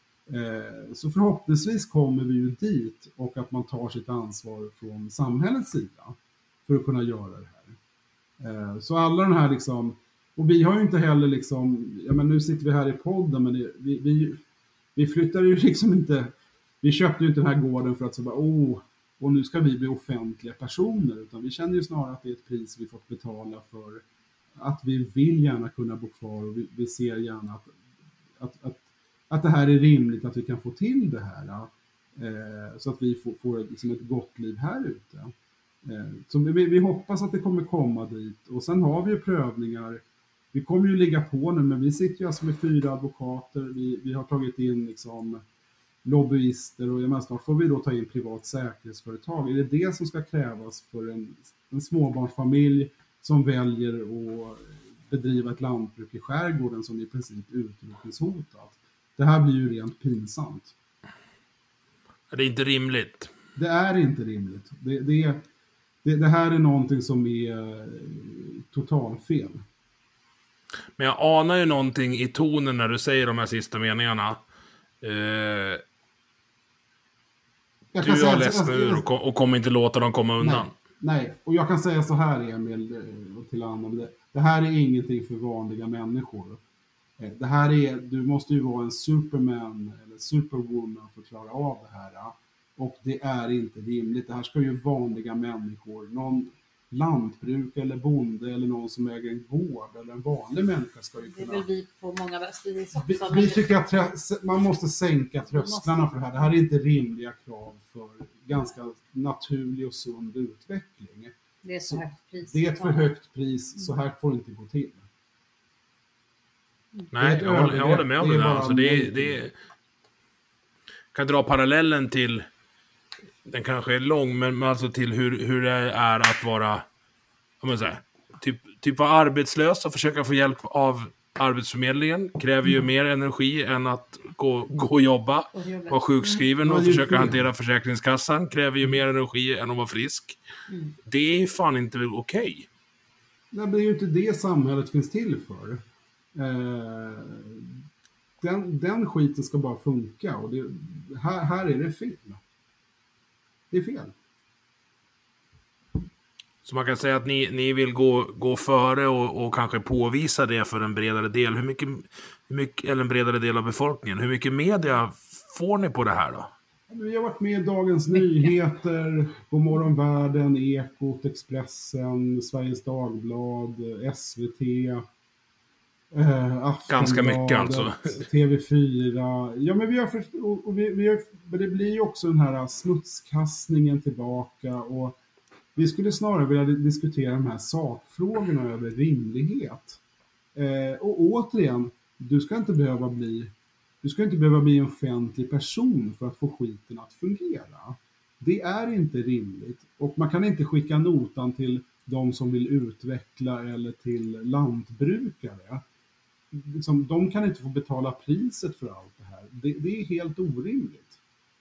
Så förhoppningsvis kommer vi ju dit, och att man tar sitt ansvar från samhällets sida för att kunna göra det här. Så alla den här liksom, och vi har ju inte heller liksom, ja men nu sitter vi här i podden, men det, vi, vi, vi flyttar ju liksom inte, vi köpte ju inte den här gården för att så bara, oh, och nu ska vi bli offentliga personer, utan vi känner ju snarare att det är ett pris vi fått betala för att vi vill gärna kunna bo kvar, och vi, vi ser gärna att, att, att, att det här är rimligt, att vi kan få till det här, eh, så att vi får, får liksom ett gott liv här ute. Eh, så vi, vi hoppas att det kommer komma dit, och sen har vi ju prövningar. Vi kommer ju ligga på nu, men vi sitter ju alltså med fyra advokater, vi, vi har tagit in liksom lobbyister, och jag menar, snart får vi då ta in privat säkerhetsföretag. Är det det som ska krävas för en, en småbarnsfamilj som väljer att bedriva ett lantbruk i skärgården som i princip utrotningshotat? Det här blir ju rent pinsamt. Det är inte rimligt. Det är inte rimligt. Det, det, det, det här är någonting som är totalfel. Men jag anar ju någonting i tonen när du säger de här sista meningarna. Eh, du har ledsnat ur och, och kommer inte låta dem komma undan. Nej, nej, och jag kan säga så här, Emil, och till Anna. Det, det här är ingenting för vanliga människor. Det här är, du måste ju vara en superman eller superwoman för att klara av det här. Och det är inte rimligt. Det här ska ju vanliga människor, någon lantbruk eller bonde eller någon som äger en gård eller en vanlig människa ska ju kunna... Det är väl vi på många västvis också. Vi, vi tycker att trö- man måste sänka trösklarna för det här. Det här är inte rimliga krav för ganska naturlig och sund utveckling. Det är ett för högt pris. Det är ett för högt pris, så här får det inte gå till. Nej, jag håller, jag håller med om det, det där. Alltså det, är, det är... kan dra parallellen till, den kanske är lång, men alltså till hur, hur det är att vara, vad man säger, typ, typ vara arbetslös och försöka få hjälp av Arbetsförmedlingen. Kräver ju mer energi än att gå, gå och jobba. Vara sjukskriven och försöka hantera Försäkringskassan kräver ju mer energi än att vara frisk. Det är fan inte okej. Okay. Nej, det är ju inte det samhället finns till för. Eh, den, den skiten ska bara funka, och det, här, här är det fel. Det är fel. Så man kan säga att ni, ni vill gå, gå före och, och kanske påvisa det för en bredare del. Hur mycket, hur mycket, eller en bredare del av befolkningen. Hur mycket media får ni på det här då? Vi har varit med i Dagens Nyheter, Godmorgon Världen, Ekot, Expressen, Sveriges Dagblad, S V T, eh, ganska mycket alltså. T V fyra. Ja, men vi har för, och, och vi, vi har, men det blir ju också den här smutskastningen tillbaka, och vi skulle snarare vilja diskutera de här sakfrågorna över rimlighet. Eh, och återigen, du ska inte behöva bli du ska inte behöva bli en offentlig person för att få skiten att fungera. Det är inte rimligt. Och man kan inte skicka notan till de som vill utveckla eller till lantbrukare. Liksom, de kan inte få betala priset för allt det här. Det, det är helt orimligt.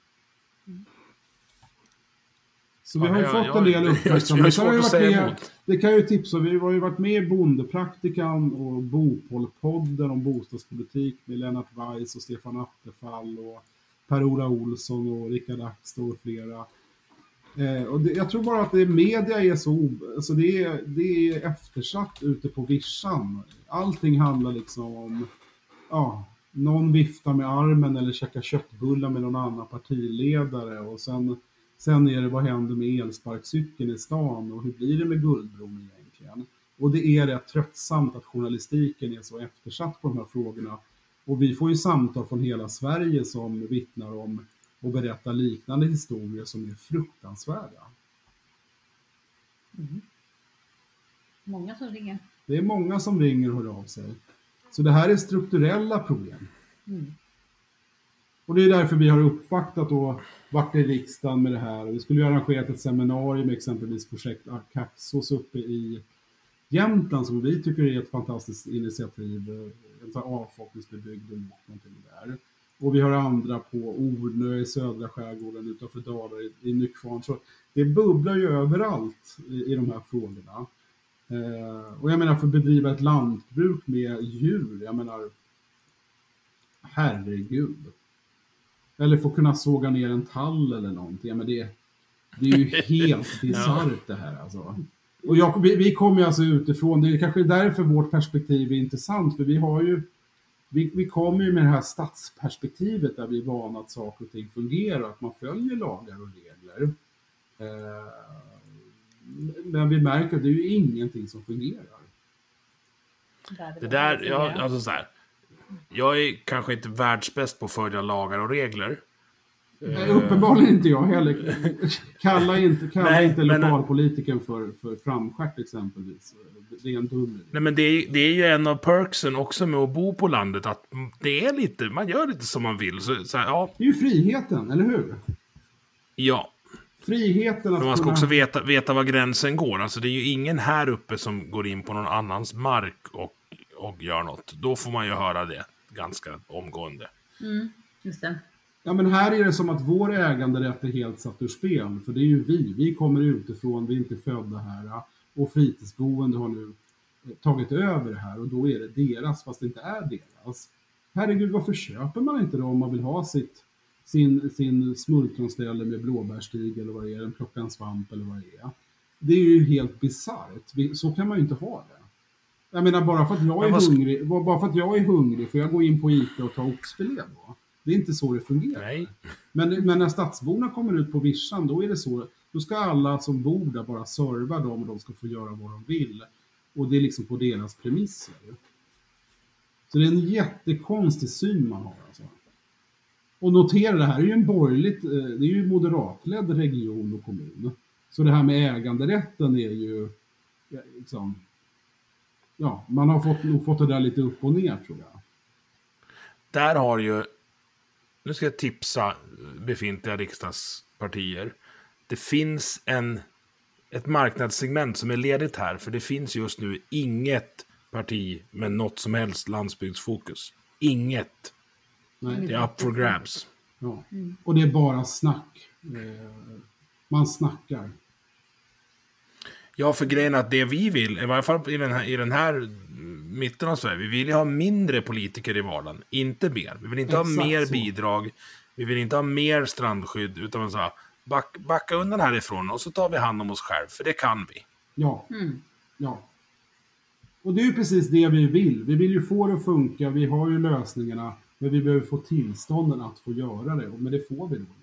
Så vi har ju fått en del uppmärksamhet. Det kan ju tipsa, vi har ju varit med i Bondepraktikan och Bopolpodden om bostadspolitik med Lennart Weiss och Stefan Attefall och Per-Ola Olsson och Rickard Axtor och flera. Eh, och det, jag tror bara att det, media är så, alltså det, är, det är eftersatt ute på vischan. Allting handlar liksom om, ja, någon viftar med armen eller käkar köttbullar med någon annan partiledare, och sen Sen är det, vad händer med elsparkcykeln i stan och hur blir det med Guldbron egentligen? Och det är rätt tröttsamt att journalistiken är så eftersatt på de här frågorna. Och vi får ju samtal från hela Sverige som vittnar om och berättar liknande historier som är fruktansvärda. Mm. Många som ringer. Det är många som ringer och hör av sig. Så det här är strukturella problem. Mm. Och det är därför vi har uppvaktat och varit i riksdagen med det här. Vi skulle ju arrangerat ett seminarium med exempelvis projekt Akaxos uppe i Jämtland, som vi tycker är ett fantastiskt initiativ. En sån här avfolkningsbebyggd och någonting där. Och vi har andra på Ornö i södra skärgården utanför Dalar i, i Nykvarn. Så det bubblar ju överallt i, i de här frågorna. Eh, och jag menar, för att bedriva ett lantbruk med djur, jag menar, herregud. Eller få kunna såga ner en tall eller någonting. Ja, men det, det är ju helt bisarrt det här alltså. Och jag, vi, vi kommer ju alltså utifrån, det är kanske därför vårt perspektiv är intressant, för vi har ju vi, vi kommer ju med det här stadsperspektivet där vi är vana att saker och ting fungerar, att man följer lagar och regler. Men vi märker att det är ju ingenting som fungerar. Det där, ja, alltså så här. Jag är kanske inte världsbäst på att följa lagar och regler. Nej, uppenbarligen inte jag heller. Kalla inte, kalla Nej, inte men, lokalpolitiken för, för framskärt exempelvis. Det är en dum idé. Nej, men det är, det är ju en av perksen också med att bo på landet. Att det är lite, man gör lite som man vill. Så, så här, ja. Det är ju friheten, eller hur? Ja. Friheten att men man ska kunna... också veta, veta var gränsen går. Alltså det är ju ingen här uppe som går in på någon annans mark och, och gör något. Då får man ju höra det ganska omgående. Mm, just det. Ja, men här är det som att vår äganderätt är helt satt ur spel. För det är ju vi. Vi kommer utifrån, vi är inte födda här. Och fritidsboende har nu tagit över det här. Och då är det deras, fast det inte är deras. Herregud, varför köper man inte då om man vill ha sitt, sin, sin smultronställe med blåbärstig eller vad det är, en plocka en svamp eller vad det är. Det är ju helt bizarrt. Så kan man ju inte ha det. Jag menar, bara för att jag är, hungrig, bara för att jag är hungrig får jag gå in på Ica och ta oxfilé då. Det är inte så det fungerar. Nej. Men, men när stadsborna kommer ut på vischan, då är det så. Då ska alla som bor där bara serva dem och de ska få göra vad de vill. Och det är liksom på deras premisser. Så det är en jättekonstig syn man har. Alltså. Och notera, det här är ju en borgerligt, det är ju moderatledd region och kommun. Så det här med äganderätten är ju liksom, ja, man har fått, nog fått det där lite upp och ner, tror jag. Där har ju, nu ska jag tipsa befintliga riksdagspartier. Det finns en, ett marknadssegment som är ledigt här. För det finns just nu inget parti med något som helst landsbygdsfokus. Inget. Nej. Det är up for grabs. Ja. Och det är bara snack. Man snackar. Ja, för grejen är att det vi vill, i varje fall i den här, i den här mitten av Sverige, vi vill ju ha mindre politiker i vardagen, inte mer. Vi vill inte Exakt ha mer så. bidrag, vi vill inte ha mer strandskydd, utan så här, back, backa undan härifrån och så tar vi hand om oss själv, för det kan vi. Ja. Mm. Ja. Och det är ju precis det vi vill. Vi vill ju få det att funka, vi har ju lösningarna, men vi behöver få tillstånden att få göra det, men det får vi då inte.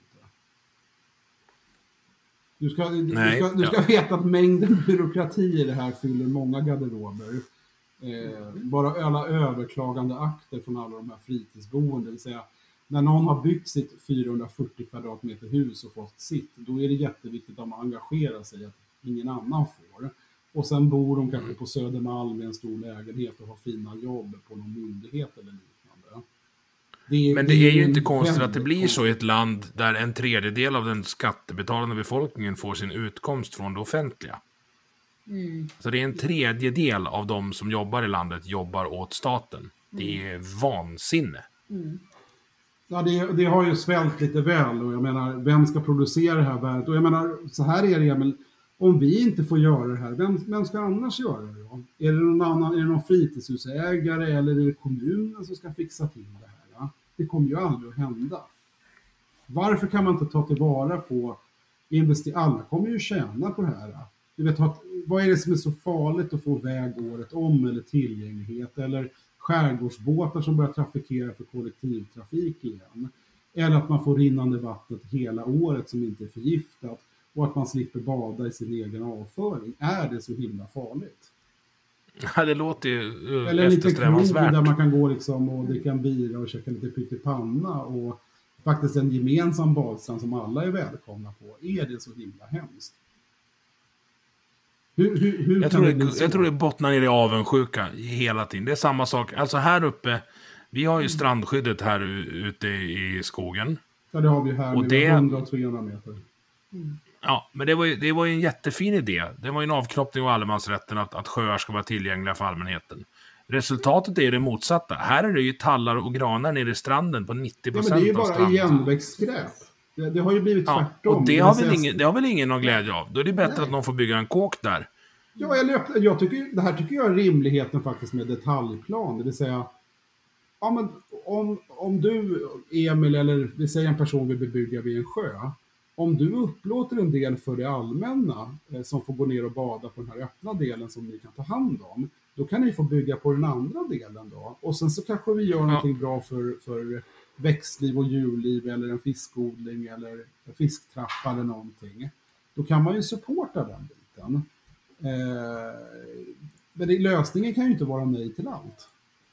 Du ska, Nej, du ska, du ska ja. veta att mängden byråkrati i det här fyller många garderober. Eh, bara alla överklagande akter från alla de här fritidsboende. Det vill säga, när någon har byggt sitt fyrahundrafyrtio kvadratmeter hus och fått sitt, då är det jätteviktigt att man engagerar sig att ingen annan får. Och sen bor de kanske på Södermalm i en stor lägenhet och har fina jobb på någon myndighet eller liknande. Det är, Men det är ju en inte konstigt att det blir konstigt. så i ett land där en tredjedel av den skattebetalande befolkningen får sin utkomst från det offentliga. Mm. Så det är en tredjedel av de som jobbar i landet jobbar åt staten. Det är vansinne. Mm. Ja, det, det har ju svällt lite väl, och jag menar, vem ska producera det här värdet? Och jag menar, så här är det, Emil, om vi inte får göra det här, vem, vem ska annars göra det då? Är det någon annan, är det någon fritidshusägare eller är det kommunen som ska fixa till det här? Ja? Det kommer ju aldrig att hända. Varför kan man inte ta tillvara på investera? Alla kommer ju tjäna på det här. Du vet, vad är det som är så farligt att få väg året om, eller tillgänglighet, eller skärgårdsbåtar som börjar trafikera för kollektivtrafik igen, eller att man får rinnande vattnet hela året som inte är förgiftat, och att man slipper bada i sin egen avföring. Är det så himla farligt? Ja, det låter ju uh, Eller en liten krog eftersträvansvärt. där man kan gå liksom och dricka en bira och käka lite pyttipanna, och faktiskt en gemensam badstrand som alla är välkomna på. Är det så himla hemskt? Hur, hur, hur Jag kan tror, det bli det, så? jag tror det bottnar i det avundsjuka hela tiden. Det är samma sak. Alltså här uppe, vi har ju strandskyddet här u- ute i skogen. Ja, det har vi här Och med det- hundra och trehundra meter. Ja, men det var ju, det var ju en jättefin idé. Det var ju en avknoppning av allemansrätten att, att sjöar ska vara tillgängliga för allmänheten. Resultatet är det motsatta. Här är det ju tallar och granar nere i stranden på nittio Ja, men procent det är ju av bara stranden. igenväxtskräp. Det, det har ju blivit Ja, tvärtom. och det Det har, vill väl säga- ingen, det har väl ingen någon glädje av. Då är det bättre Nej. att någon får bygga en kåk där. Ja, eller jag tycker, det här tycker jag är rimligheten faktiskt med detaljplan. Det vill säga, ja, men om, om du, Emil, eller vi säger en person vill bebygga vid en sjö. Om du upplåter en del för det allmänna eh, som får gå ner och bada på den här öppna delen som ni kan ta hand om, då kan ni få bygga på den andra delen då. Och sen så kanske vi gör någonting bra för, för växtliv och djurliv, eller en fiskodling eller en fisktrappa eller någonting. då kan man ju supporta den biten. Eh, men det, lösningen kan ju inte vara nej till allt.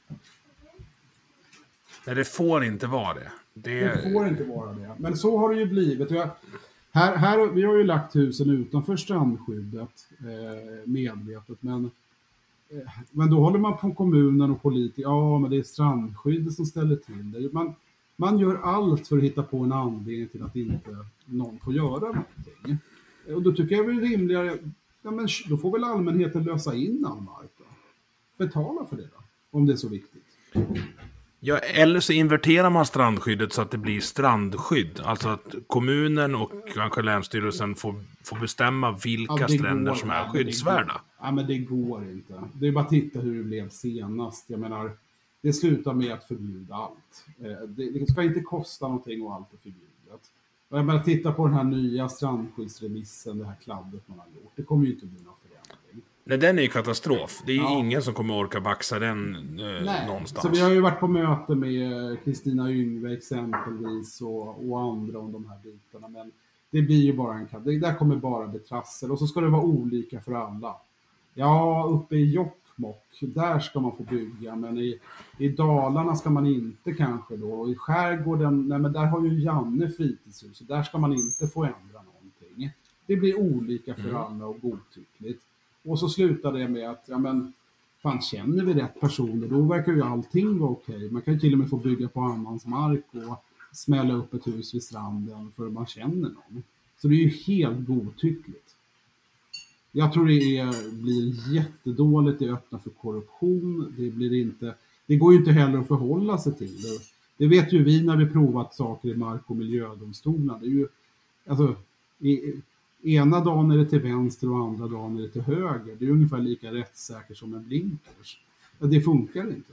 Nej, det får inte vara det. Det... det får inte vara det. Men så har det ju blivit. Jag, här, här, vi har ju lagt husen utanför strandskyddet eh, medvetet, men Men då håller man på kommunen och politiker. Ja, men det är strandskyddet som ställer till det. Man, man gör allt för att hitta på en anledning till att inte någon får göra någonting. Och då tycker jag det är rimligare. Ja, men då får väl allmänheten lösa in all mark då. Betala för det då, om det är så viktigt. Ja, eller så inverterar man strandskyddet så att det blir strandskydd. Alltså att kommunen och kanske länsstyrelsen får, får bestämma vilka ja, stränder går, som är skyddsvärda. Ja, men det går inte. Det är bara att titta hur det blev senast. Jag menar, det slutar med att förbjuda allt. Det, det ska inte kosta någonting och allt är förbjudet. Och jag menar, titta på den här nya strandskyddsremissen, det här kladdet man har gjort. Det kommer ju inte bli någon förändring. Nej, den är ju katastrof. Det är ju ja. ingen som kommer orka baxa den eh, Nej. någonstans. Så vi har ju varit på möte med Kristina Yngve exempelvis och, och andra om de här bitarna. Men det blir ju bara en det där kommer bara bli trassel. Och så ska det vara olika för alla. Ja, uppe i Jokkmokk, där ska man få bygga. Men i, i Dalarna ska man inte kanske då. Och i skärgården, nej men där har ju Janne fritidshus. Där ska man inte få ändra någonting. Det blir olika för mm. alla och godtyckligt. Och så slutar det med att, ja men, fan känner vi rätt personer, då verkar ju allting vara okej. Man kan ju till och med få bygga på annans mark och smälla upp ett hus vid stranden för att man känner någon. Så det är ju helt godtyckligt. Jag tror det är, blir jättedåligt, det öppnar för korruption, det blir inte, det går ju inte heller att förhålla sig till det. Det vet ju vi när vi provat saker i mark- och miljödomstolarna. Det är ju, alltså, i, ena dagen är det till vänster och andra dagen är det till höger. Det är ungefär lika rättssäkert som en blinkers. Det funkar inte.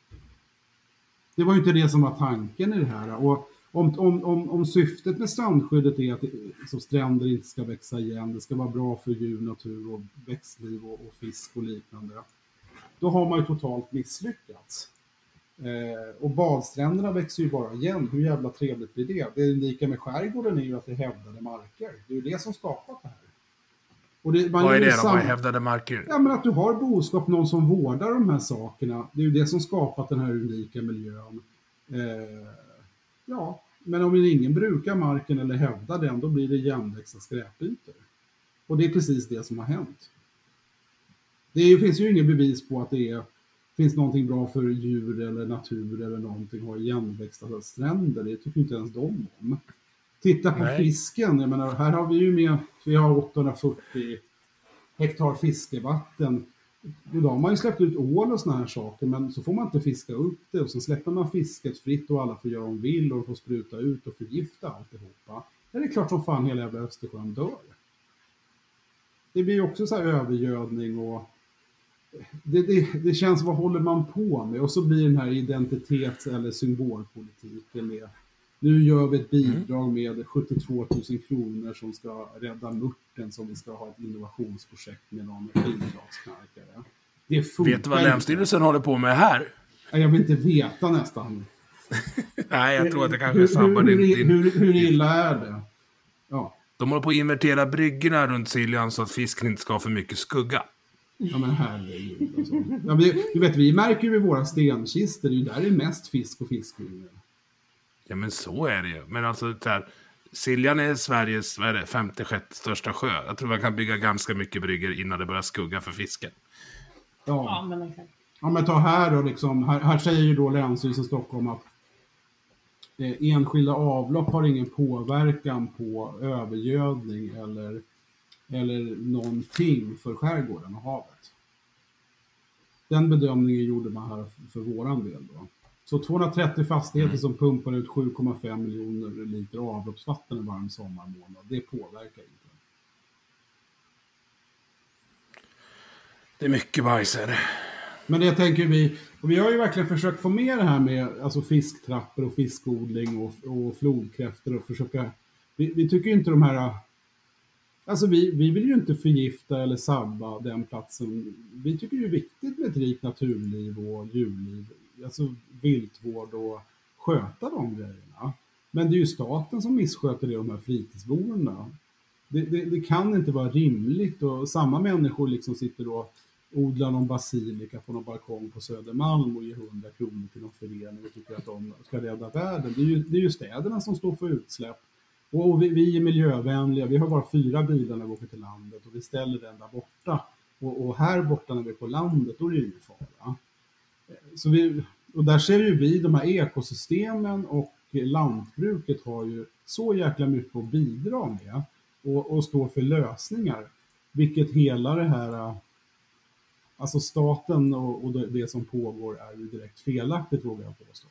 Det var ju inte det som var tanken i det här. Och om, om, om, om syftet med strandskyddet är att det, så stränder inte ska växa igen, det ska vara bra för djur, natur och växtliv och, och fisk och liknande. Då har man ju totalt misslyckats. Eh, och badstränderna växer ju bara igen. Hur jävla trevligt blir det? Det unika med skärgården är ju att det är hävdade marker. Det är ju det som skapat det här. Och det, man Vad är det då? sam- Vad är hävdade marker? Ja, men att du har boskap, någon som vårdar de här sakerna. Det är ju det som skapat den här unika miljön. Eh, ja, men om ingen brukar marken eller hävdar den, då blir det jämnväxta skräpytor. Och det är precis det som har hänt. Det är, finns ju ingen bevis på att det är finns någonting bra för djur eller natur eller någonting, har igenväxta stränder, det tycker inte ens de om. Titta på Nej. fisken, jag menar, här har vi ju med, vi har åttahundrafyrtio hektar fiskevatten. Då har man ju släppt ut ål och såna här saker, men så får man inte fiska upp det och så släpper man fisket fritt och alla får göra om vill och får spruta ut och förgifta alltihopa. Det är klart som fan hela jävla Östersjön dör. Det blir ju också så här övergödning och Det, det, det känns, vad håller man på med? Och så blir den här identitets- eller symbolpolitiken med, nu gör vi ett bidrag med sjuttiotvå tusen kronor som ska rädda mörten, som vi ska ha ett innovationsprojekt med någon bidragsknarkare. Det funkar. Vet du vad Länsstyrelsen håller på med här? Jag vill inte veta nästan. Nej, jag tror att det kanske är samma. Hur, hur, hur, hur illa är det? Ja. De håller på att invertera bryggorna runt Siljan så att fisken inte ska ha för mycket skugga. Ja men herregud alltså. Ja, men, du vet, vi märker ju vid våra stenkister, det är ju där det är mest fisk och fiskbryggor. Ja men så är det ju. Men alltså så här, Siljan är Sveriges vad är det, femte, sjätte största sjö. Jag tror man kan bygga ganska mycket bryggor innan det börjar skugga för fisken. Ja, ja men okej. Ja men ta här då liksom, här, här säger ju då Länsstyrelsen i Stockholm att eh, enskilda avlopp har ingen påverkan på övergödning eller eller någonting för skärgården och havet. Den bedömningen gjorde man här för våran del då. Så tvåhundratrettio fastigheter mm. som pumpar ut sju komma fem miljoner liter avloppsvatten i varm sommarmånad, det påverkar inte. Det är mycket bajser. Men det tänker vi, och vi har ju verkligen försökt få med det här med alltså fisktrappor och fiskodling och, och flodkräftor och försöka, vi, vi tycker ju inte de här. Alltså vi, vi vill ju inte förgifta eller sabba den platsen. Vi tycker det är viktigt med ett rikt naturliv och djurliv. Alltså viltvård och sköta de grejerna. Men det är ju staten som missköter det, de här fritidsboendena. det, det, det kan inte vara rimligt, och samma människor liksom sitter och odlar någon basilika på någon balkong på Södermalm och ger hundra kronor till någon förening och tycker att de ska rädda världen. Det är ju, det är ju städerna som står för utsläpp. Och, och vi, vi är miljövänliga, vi har bara fyra bilar när vi åker till landet och vi ställer den där borta. Och, och här borta när vi är på landet, då är det ju ingen fara. Så vi, och där ser ju vi de här ekosystemen, och lantbruket har ju så jäkla mycket att bidra med och, och stå för lösningar. Vilket hela det här, alltså staten och, och det, det som pågår är ju direkt felaktigt, vågar jag påstå.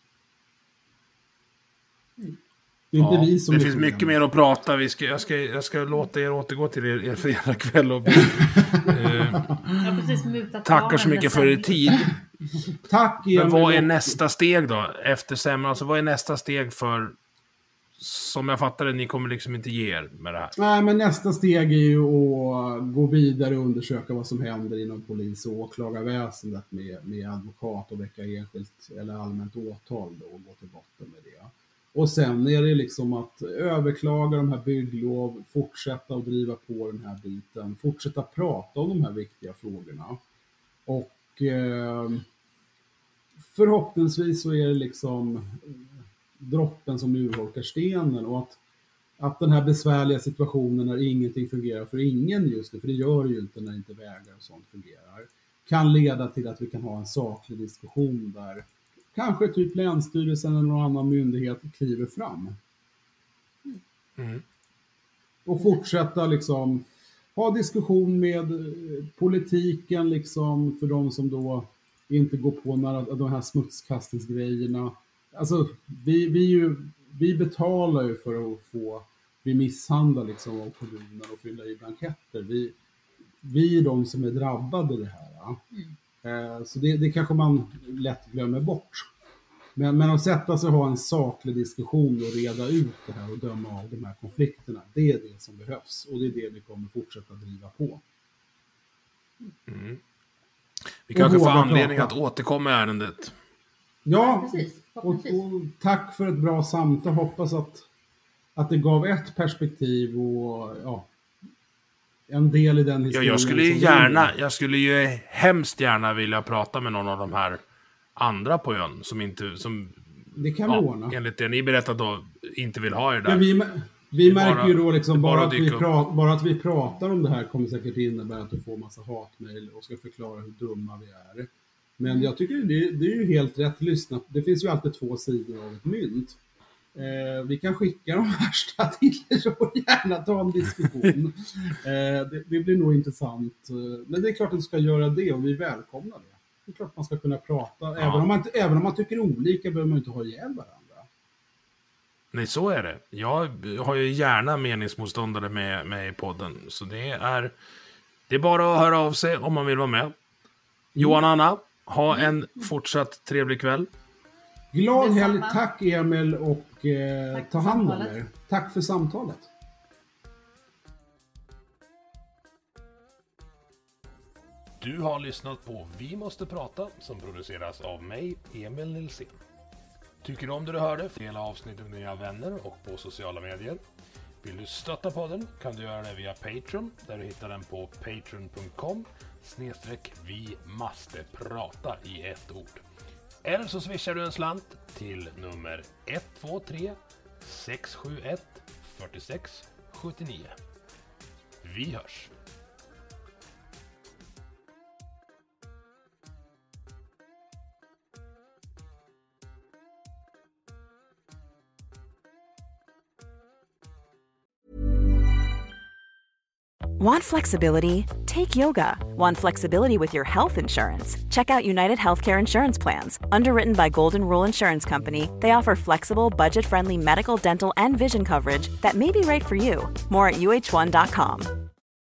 Mm. Det är inte ja, vi som det är finns problemet. mycket mer att prata. Vi ska, jag, ska, jag ska låta er återgå till er, er fredagkväll. Och, eh, ja, precis, tackar så mycket för er tid. Tack igen. Men vad är nästa steg då? Efter stämman, alltså vad är nästa steg för, som jag fattar det, ni kommer liksom inte ge er med det här? Nej, men nästa steg är ju att gå vidare och undersöka vad som händer inom polis- och åklagarväsendet med, med advokat och väcka enskilt eller allmänt åtal då, och gå till botten med det. Och sen är det liksom att överklaga de här bygglov, fortsätta att driva på den här biten, fortsätta prata om de här viktiga frågorna. Och eh, förhoppningsvis så är det liksom droppen som urholkar stenen, och att, att den här besvärliga situationen när ingenting fungerar för ingen just nu, för det gör det ju inte när inte vägar och sånt fungerar, kan leda till att vi kan ha en saklig diskussion där kanske typ Länsstyrelsen eller någon annan myndighet kliver fram. Mm. Och fortsätta liksom ha diskussion med politiken liksom, för de som då inte går på några, de här smutskastningsgrejerna. Alltså vi, vi, ju, vi betalar ju för att få bli misshandlade liksom, av kommunen och fylla i blanketter. Vi, vi är de som är drabbade det här. Ja? Mm. Så det, det kanske man lätt glömmer bort. Men, men att sätta sig och ha en saklig diskussion och reda ut det här och döma av de här konflikterna, det är det som behövs. Och det är det vi kommer fortsätta driva på. Mm. Vi kanske får anledning prata. Att återkomma i ärendet. Ja, precis. Och, och tack för ett bra samtal. Hoppas att, att det gav ett perspektiv och ja, en del i den historien. Ja, jag skulle ju gärna, jag skulle ju hemskt gärna vilja prata med någon av de här andra på ön som inte, som det kan ja, vi ordna. Enligt det ni berättat då inte vill ha er där. Ja, vi vi märker bara, ju då liksom bara, bara, att vi pra, bara att vi pratar om det här kommer säkert innebära att du får massa hatmejl och ska förklara hur dumma vi är. Men mm. jag tycker det, det är ju helt rätt lyssnat. Det finns ju alltid två sidor av ett mynt. Eh, vi kan skicka de värsta till er och gärna ta en diskussion. eh, det, det blir nog intressant. Men det är klart att du ska göra det och vi välkomnar det. Det är klart man ska kunna prata. Ja. Även, om man, även om man tycker olika behöver man inte ha ihjäl varandra. Nej, så är det. Jag har ju gärna meningsmotståndare med mig i podden. Så det är, det är bara att höra av sig om man vill vara med. Mm. Johan och Anna, ha en fortsatt trevlig kväll. Glad helg. Tack Emil och eh, tack ta hand om er. Tack för samtalet. Du har lyssnat på Vi måste prata som produceras av mig, Emil Nilsson. Tycker du om det du hörde? Dela avsnittet med dina vänner och på sociala medier. Vill du stötta podden kan du göra det via Patreon där du hittar den på patreon punkt com snedstreck vi måste prata i ett ord. Eller så swishar du en slant till nummer ett två tre sex sju ett fyra sex sju nio. Vi hörs! Want flexibility? Take yoga. Want flexibility with your health insurance? Check out United Healthcare Insurance Plans. Underwritten by Golden Rule Insurance Company, they offer flexible, budget-friendly medical, dental, and vision coverage that may be right for you. More at U H one dot com.